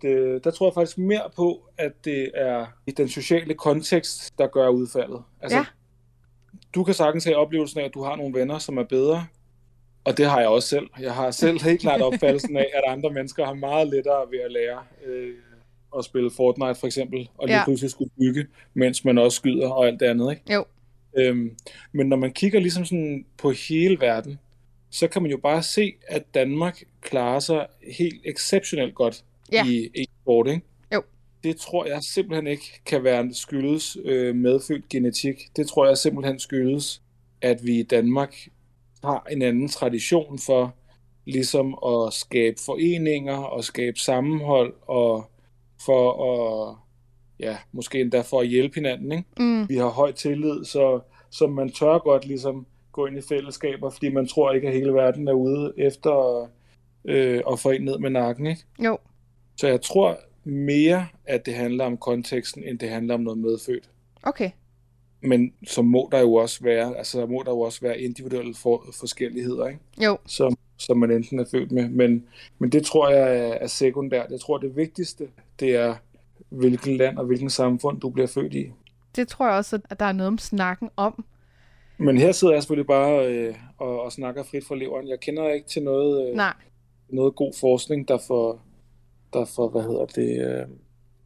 mere på, at det er i den sociale kontekst, der gør udfaldet. Altså, du kan sagtens have oplevelsen af, at du har nogle venner, som er bedre, og det har jeg også selv. Jeg har selv helt klart opfattelsen af, at andre mennesker har meget lettere ved at lære at spille Fortnite for eksempel, og lige pludselig skulle bygge, mens man også skyder og alt det andet, ikke? Jo. Men når man kigger ligesom sådan på hele verden, så kan man jo bare se, at Danmark klarer sig helt exceptionelt godt i e-sport, ikke? Jo. Det tror jeg simpelthen ikke kan være skyldes medfødt genetik. Det tror jeg simpelthen skyldes, at vi i Danmark har en anden tradition for ligesom at skabe foreninger og skabe sammenhold og for at, måske endda for at hjælpe hinanden, ikke? Vi har høj tillid, så man tør godt ligesom gå ind i fællesskaber, fordi man tror ikke, at hele verden er ude efter at få en ned med nakken, ikke? Jo. Så jeg tror mere, at det handler om konteksten, end det handler om noget medfødt. Okay. Men så må der jo også være individuelle forskelligheder, ikke? Jo. Som man enten er født med. Men det tror jeg er sekundært. Jeg tror, det vigtigste, det er, hvilken land og hvilken samfund du bliver født i. Det tror jeg også, at der er noget om snakken om. Men her sidder jeg selvfølgelig bare og snakker frit fra leveren. Jeg kender ikke til noget god forskning, der får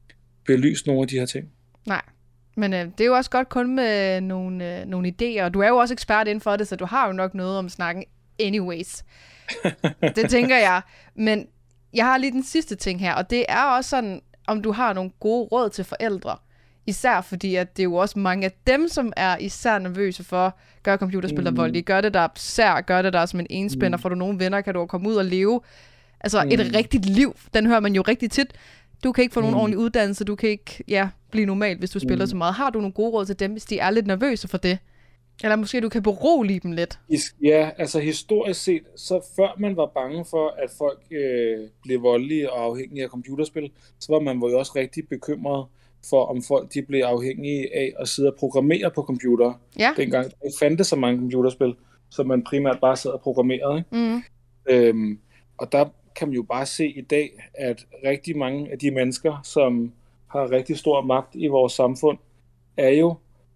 belyst nogle af de her ting. Nej, men det er jo også godt kun med nogle idéer. Du er jo også ekspert inden for det, så du har jo nok noget om snakken anyways. Det tænker jeg. Men jeg har lige den sidste ting her, og det er også sådan, om du har nogle gode råd til forældre. Især fordi, at det er jo også mange af dem, som er især nervøse for, gør computerspil der voldelige, gør det der sær, gør det der som en enspænder, får du nogle venner, kan du komme ud og leve. Altså et rigtigt liv, den hører man jo rigtig tit. Du kan ikke få nogen ordentlig uddannelse, du kan ikke blive normal, hvis du spiller så meget. Har du nogle gode råd til dem, hvis de er lidt nervøse for det? Eller måske du kan berolige dem lidt? Ja, altså historisk set, så før man var bange for, at folk blev voldelige og afhængige af computerspil, så var man jo også rigtig bekymret for, om folk de blev afhængige af at sidde og programmere på computer. Ja. Dengang der ikke fandtes så mange computerspil, så man primært bare sad og programmerede. Ikke? Og der kan man jo bare se i dag, at rigtig mange af de mennesker, som har rigtig stor magt i vores samfund, er jo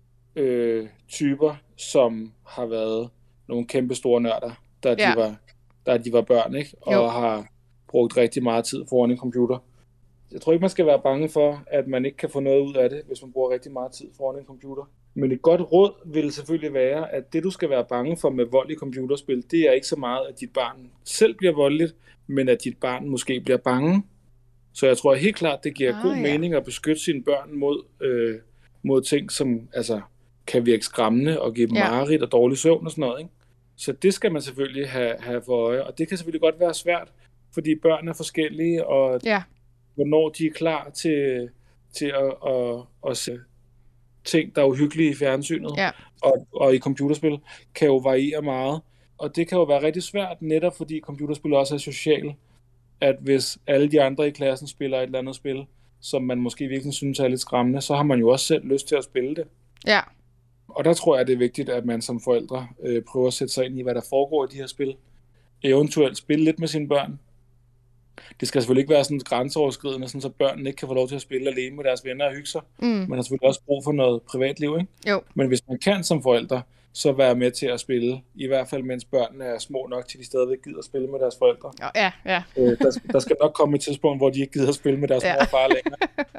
typer, som har været nogle kæmpe store nørder, da de var børn, ikke? Og har brugt rigtig meget tid foran en computer. Jeg tror ikke, man skal være bange for, at man ikke kan få noget ud af det, hvis man bruger rigtig meget tid foran en computer. Men et godt råd vil selvfølgelig være, at det du skal være bange for med vold i computerspil, det er ikke så meget, at dit barn selv bliver voldeligt, men at dit barn måske bliver bange. Så jeg tror helt klart, det giver god mening at beskytte sine børn mod ting, som altså, kan virke skræmmende og give dem mareridt og dårlig søvn og sådan noget. Ikke? Så det skal man selvfølgelig have for øje, og det kan selvfølgelig godt være svært, fordi børn er forskellige, og hvornår de er klar til at se ting, der er uhyggelige i fjernsynet og i computerspil, kan jo variere meget. Og det kan jo være rigtig svært, netop fordi computerspil også er socialt, at hvis alle de andre i klassen spiller et eller andet spil, som man måske virkelig synes er lidt skræmmende, så har man jo også selv lyst til at spille det. Ja. Og der tror jeg, det er vigtigt, at man som forældre prøver at sætte sig ind i, hvad der foregår i de her spil. Eventuelt spille lidt med sine børn. Det skal selvfølgelig ikke være sådan grænseoverskridende, sådan så børnene ikke kan få lov til at spille alene med deres venner og hygge sig. Man har selvfølgelig også brug for noget privatliv, ikke? Jo. Men hvis man kan som forældre, så være med til at spille, i hvert fald mens børnene er små nok, til de stadigvæk gider at spille med deres forældre. Ja. Der skal nok komme et tidspunkt, hvor de ikke gider at spille med deres mor og far længere.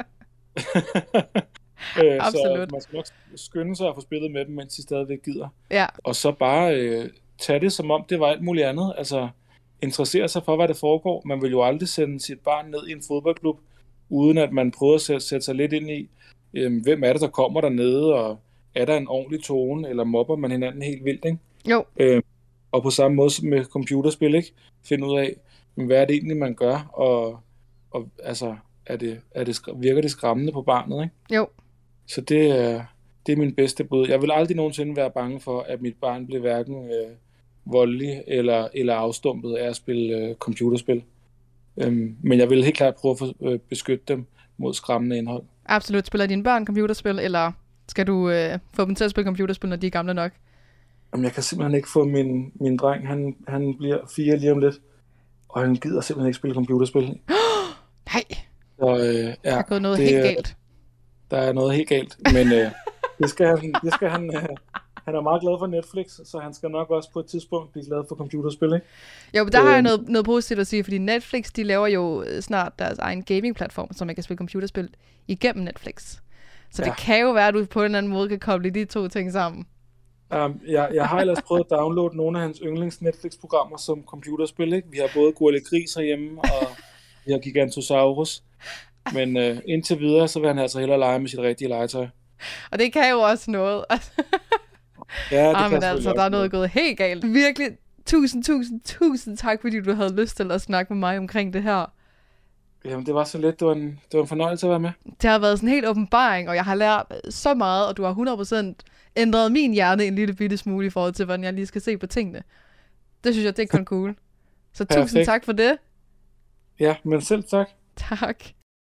Så man skal nok skynde sig at få spillet med dem, mens de stadigvæk gider. Ja. Og så bare tage det, som om det var alt muligt andet. Altså interessere sig for, hvad der foregår. Man vil jo aldrig sende sit barn ned i en fodboldklub, uden at man prøver at sætte sig lidt ind i, hvem er det, der kommer dernede, og er der en ordentlig tone, eller mobber man hinanden helt vildt, ikke? Jo. Og på samme måde som med computerspil, ikke? Finde ud af, hvad er det egentlig, man gør, og altså, virker det skræmmende på barnet, ikke? Jo. Så det er min bedste bud. Jeg vil aldrig nogensinde være bange for, at mit barn bliver hverken voldelig eller afstumpet af at spille computerspil. Men jeg vil helt klart prøve at beskytte dem mod skræmmende indhold. Absolut. Spiller dine børn computerspil, eller skal du få dem til at spille computerspil, når de er gamle nok? Jamen, jeg kan simpelthen ikke få min dreng, han bliver 4 lige om lidt, og han gider simpelthen ikke spille computerspil. Nej! Så, der er gået noget helt galt. Der er noget helt galt, men det skal han... Han er meget glad for Netflix, så han skal nok også på et tidspunkt blive glad for computerspil, ikke? Jo, men der har jeg noget positivt at sige, fordi Netflix, de laver jo snart deres egen gaming-platform, så man kan spille computerspil igennem Netflix. Så det kan jo være, at du på en eller anden måde kan koble de to ting sammen. Jeg har ellers prøvet at downloade nogle af hans yndlings Netflix-programmer som computerspil, ikke? Vi har både Gurli Gris herhjemme, og vi har Gigantosaurus. Men indtil videre, så vil han altså hellere lege med sit rigtige legetøj. Og det kan jo også noget. Ja, det men altså, der er noget gået helt galt. Virkelig, tusind tak, fordi du havde lyst til at snakke med mig omkring det her. Jamen, det var så let. Det var en fornøjelse at være med. Det har været sådan en helt åbenbaring, og jeg har lært så meget, og du har 100% ændret min hjerne en lille bitte smule i forhold til, hvordan jeg lige skal se på tingene. Det synes jeg, det er kun cool. Så tusind tak for det. Ja, men selv tak. Tak.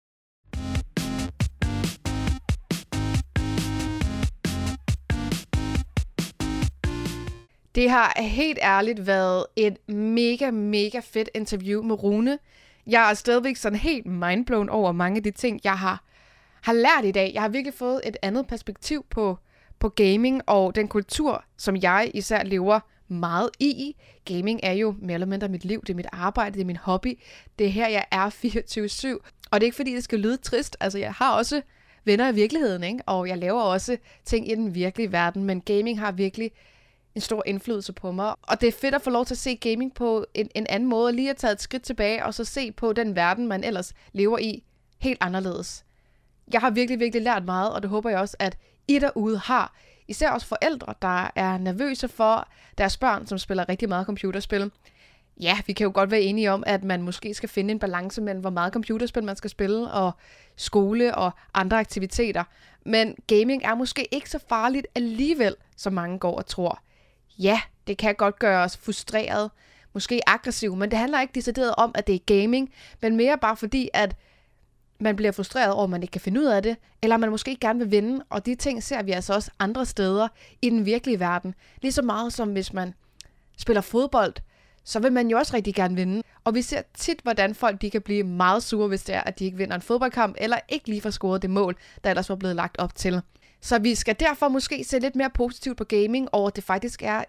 Det har helt ærligt været et mega fedt interview med Rune. Jeg er stadigvæk sådan helt mindblown over mange af de ting, jeg har lært i dag. Jeg har virkelig fået et andet perspektiv på gaming og den kultur, som jeg især lever meget i. Gaming er jo mere eller mindre mit liv, det er mit arbejde, det er min hobby. Det er her, jeg er 24/7. Og det er ikke fordi, det skal lyde trist. Altså, jeg har også venner i virkeligheden, ikke? Og jeg laver også ting i den virkelige verden, men gaming har virkelig en stor indflydelse på mig. Og det er fedt at få lov til at se gaming på en anden måde, lige at tage et skridt tilbage, og så se på den verden, man ellers lever i, helt anderledes. Jeg har virkelig, virkelig lært meget, og det håber jeg også, at I derude har. Især også forældre, der er nervøse for deres børn, som spiller rigtig meget computerspil. Ja, vi kan jo godt være enige om, at man måske skal finde en balance mellem, hvor meget computerspil man skal spille, og skole og andre aktiviteter. Men gaming er måske ikke så farligt alligevel, som mange går og tror. Ja, det kan godt gøre os frustreret, måske aggressiv, men det handler ikke decideret om, at det er gaming, men mere bare fordi, at man bliver frustreret over, at man ikke kan finde ud af det, eller man måske gerne vil vinde, og de ting ser vi altså også andre steder i den virkelige verden. Lige så meget som hvis man spiller fodbold, så vil man jo også rigtig gerne vinde. Og vi ser tit, hvordan folk de kan blive meget sure, hvis det er, at de ikke vinder en fodboldkamp, eller ikke lige får scoret det mål, der ellers var blevet lagt op til. Så vi skal derfor måske se lidt mere positivt på gaming, og det faktisk er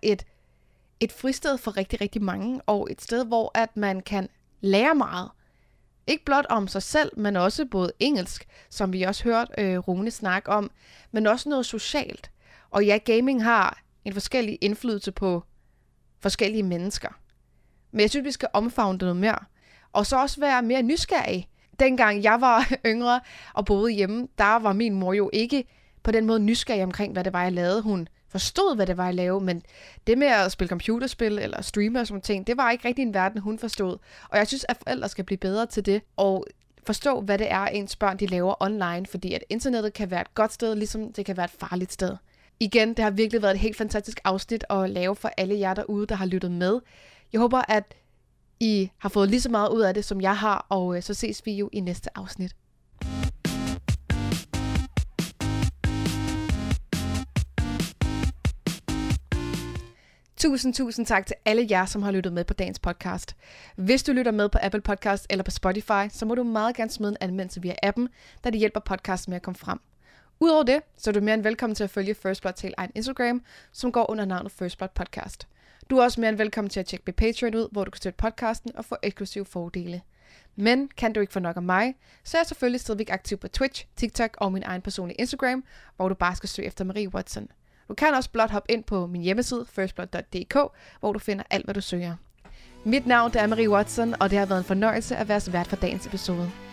et fristed for rigtig, rigtig mange, og et sted, hvor at man kan lære meget. Ikke blot om sig selv, men også både engelsk, som vi også hørte Rune snakke om, men også noget socialt. Og ja, gaming har en forskellig indflydelse på forskellige mennesker. Men jeg synes, vi skal omfavne det noget mere. Og så også være mere nysgerrig. Dengang jeg var yngre og boede hjemme, der var min mor jo ikke på den måde nysgerrig omkring, hvad det var, jeg lavede. Hun forstod, hvad det var, jeg lavede, men det med at spille computerspil eller streame og sådan ting, det var ikke rigtig en verden, hun forstod. Og jeg synes, at forældre skal blive bedre til det, og forstå, hvad det er, ens børn de laver online, fordi at internettet kan være et godt sted, ligesom det kan være et farligt sted. Igen, det har virkelig været et helt fantastisk afsnit at lave for alle jer derude, der har lyttet med. Jeg håber, at I har fået lige så meget ud af det, som jeg har, og så ses vi jo i næste afsnit. Tusind tak til alle jer, som har lyttet med på dagens podcast. Hvis du lytter med på Apple Podcast eller på Spotify, så må du meget gerne smide en anmeldelse via appen, da det hjælper podcasten med at komme frem. Udover det, så er du mere end velkommen til at følge First Blood til egen Instagram, som går under navnet First Blood Podcast. Du er også mere end velkommen til at tjekke Patreon ud, hvor du kan støtte podcasten og få eksklusive fordele. Men kan du ikke få nok af mig, så er jeg selvfølgelig stadigvæk aktiv på Twitch, TikTok og min egen personlige Instagram, hvor du bare skal søge efter Marie Watson. Du kan også blot hoppe ind på min hjemmeside, firstblood.dk, hvor du finder alt, hvad du søger. Mit navn er Marie Watson, og det har været en fornøjelse at være vært for dagens episode.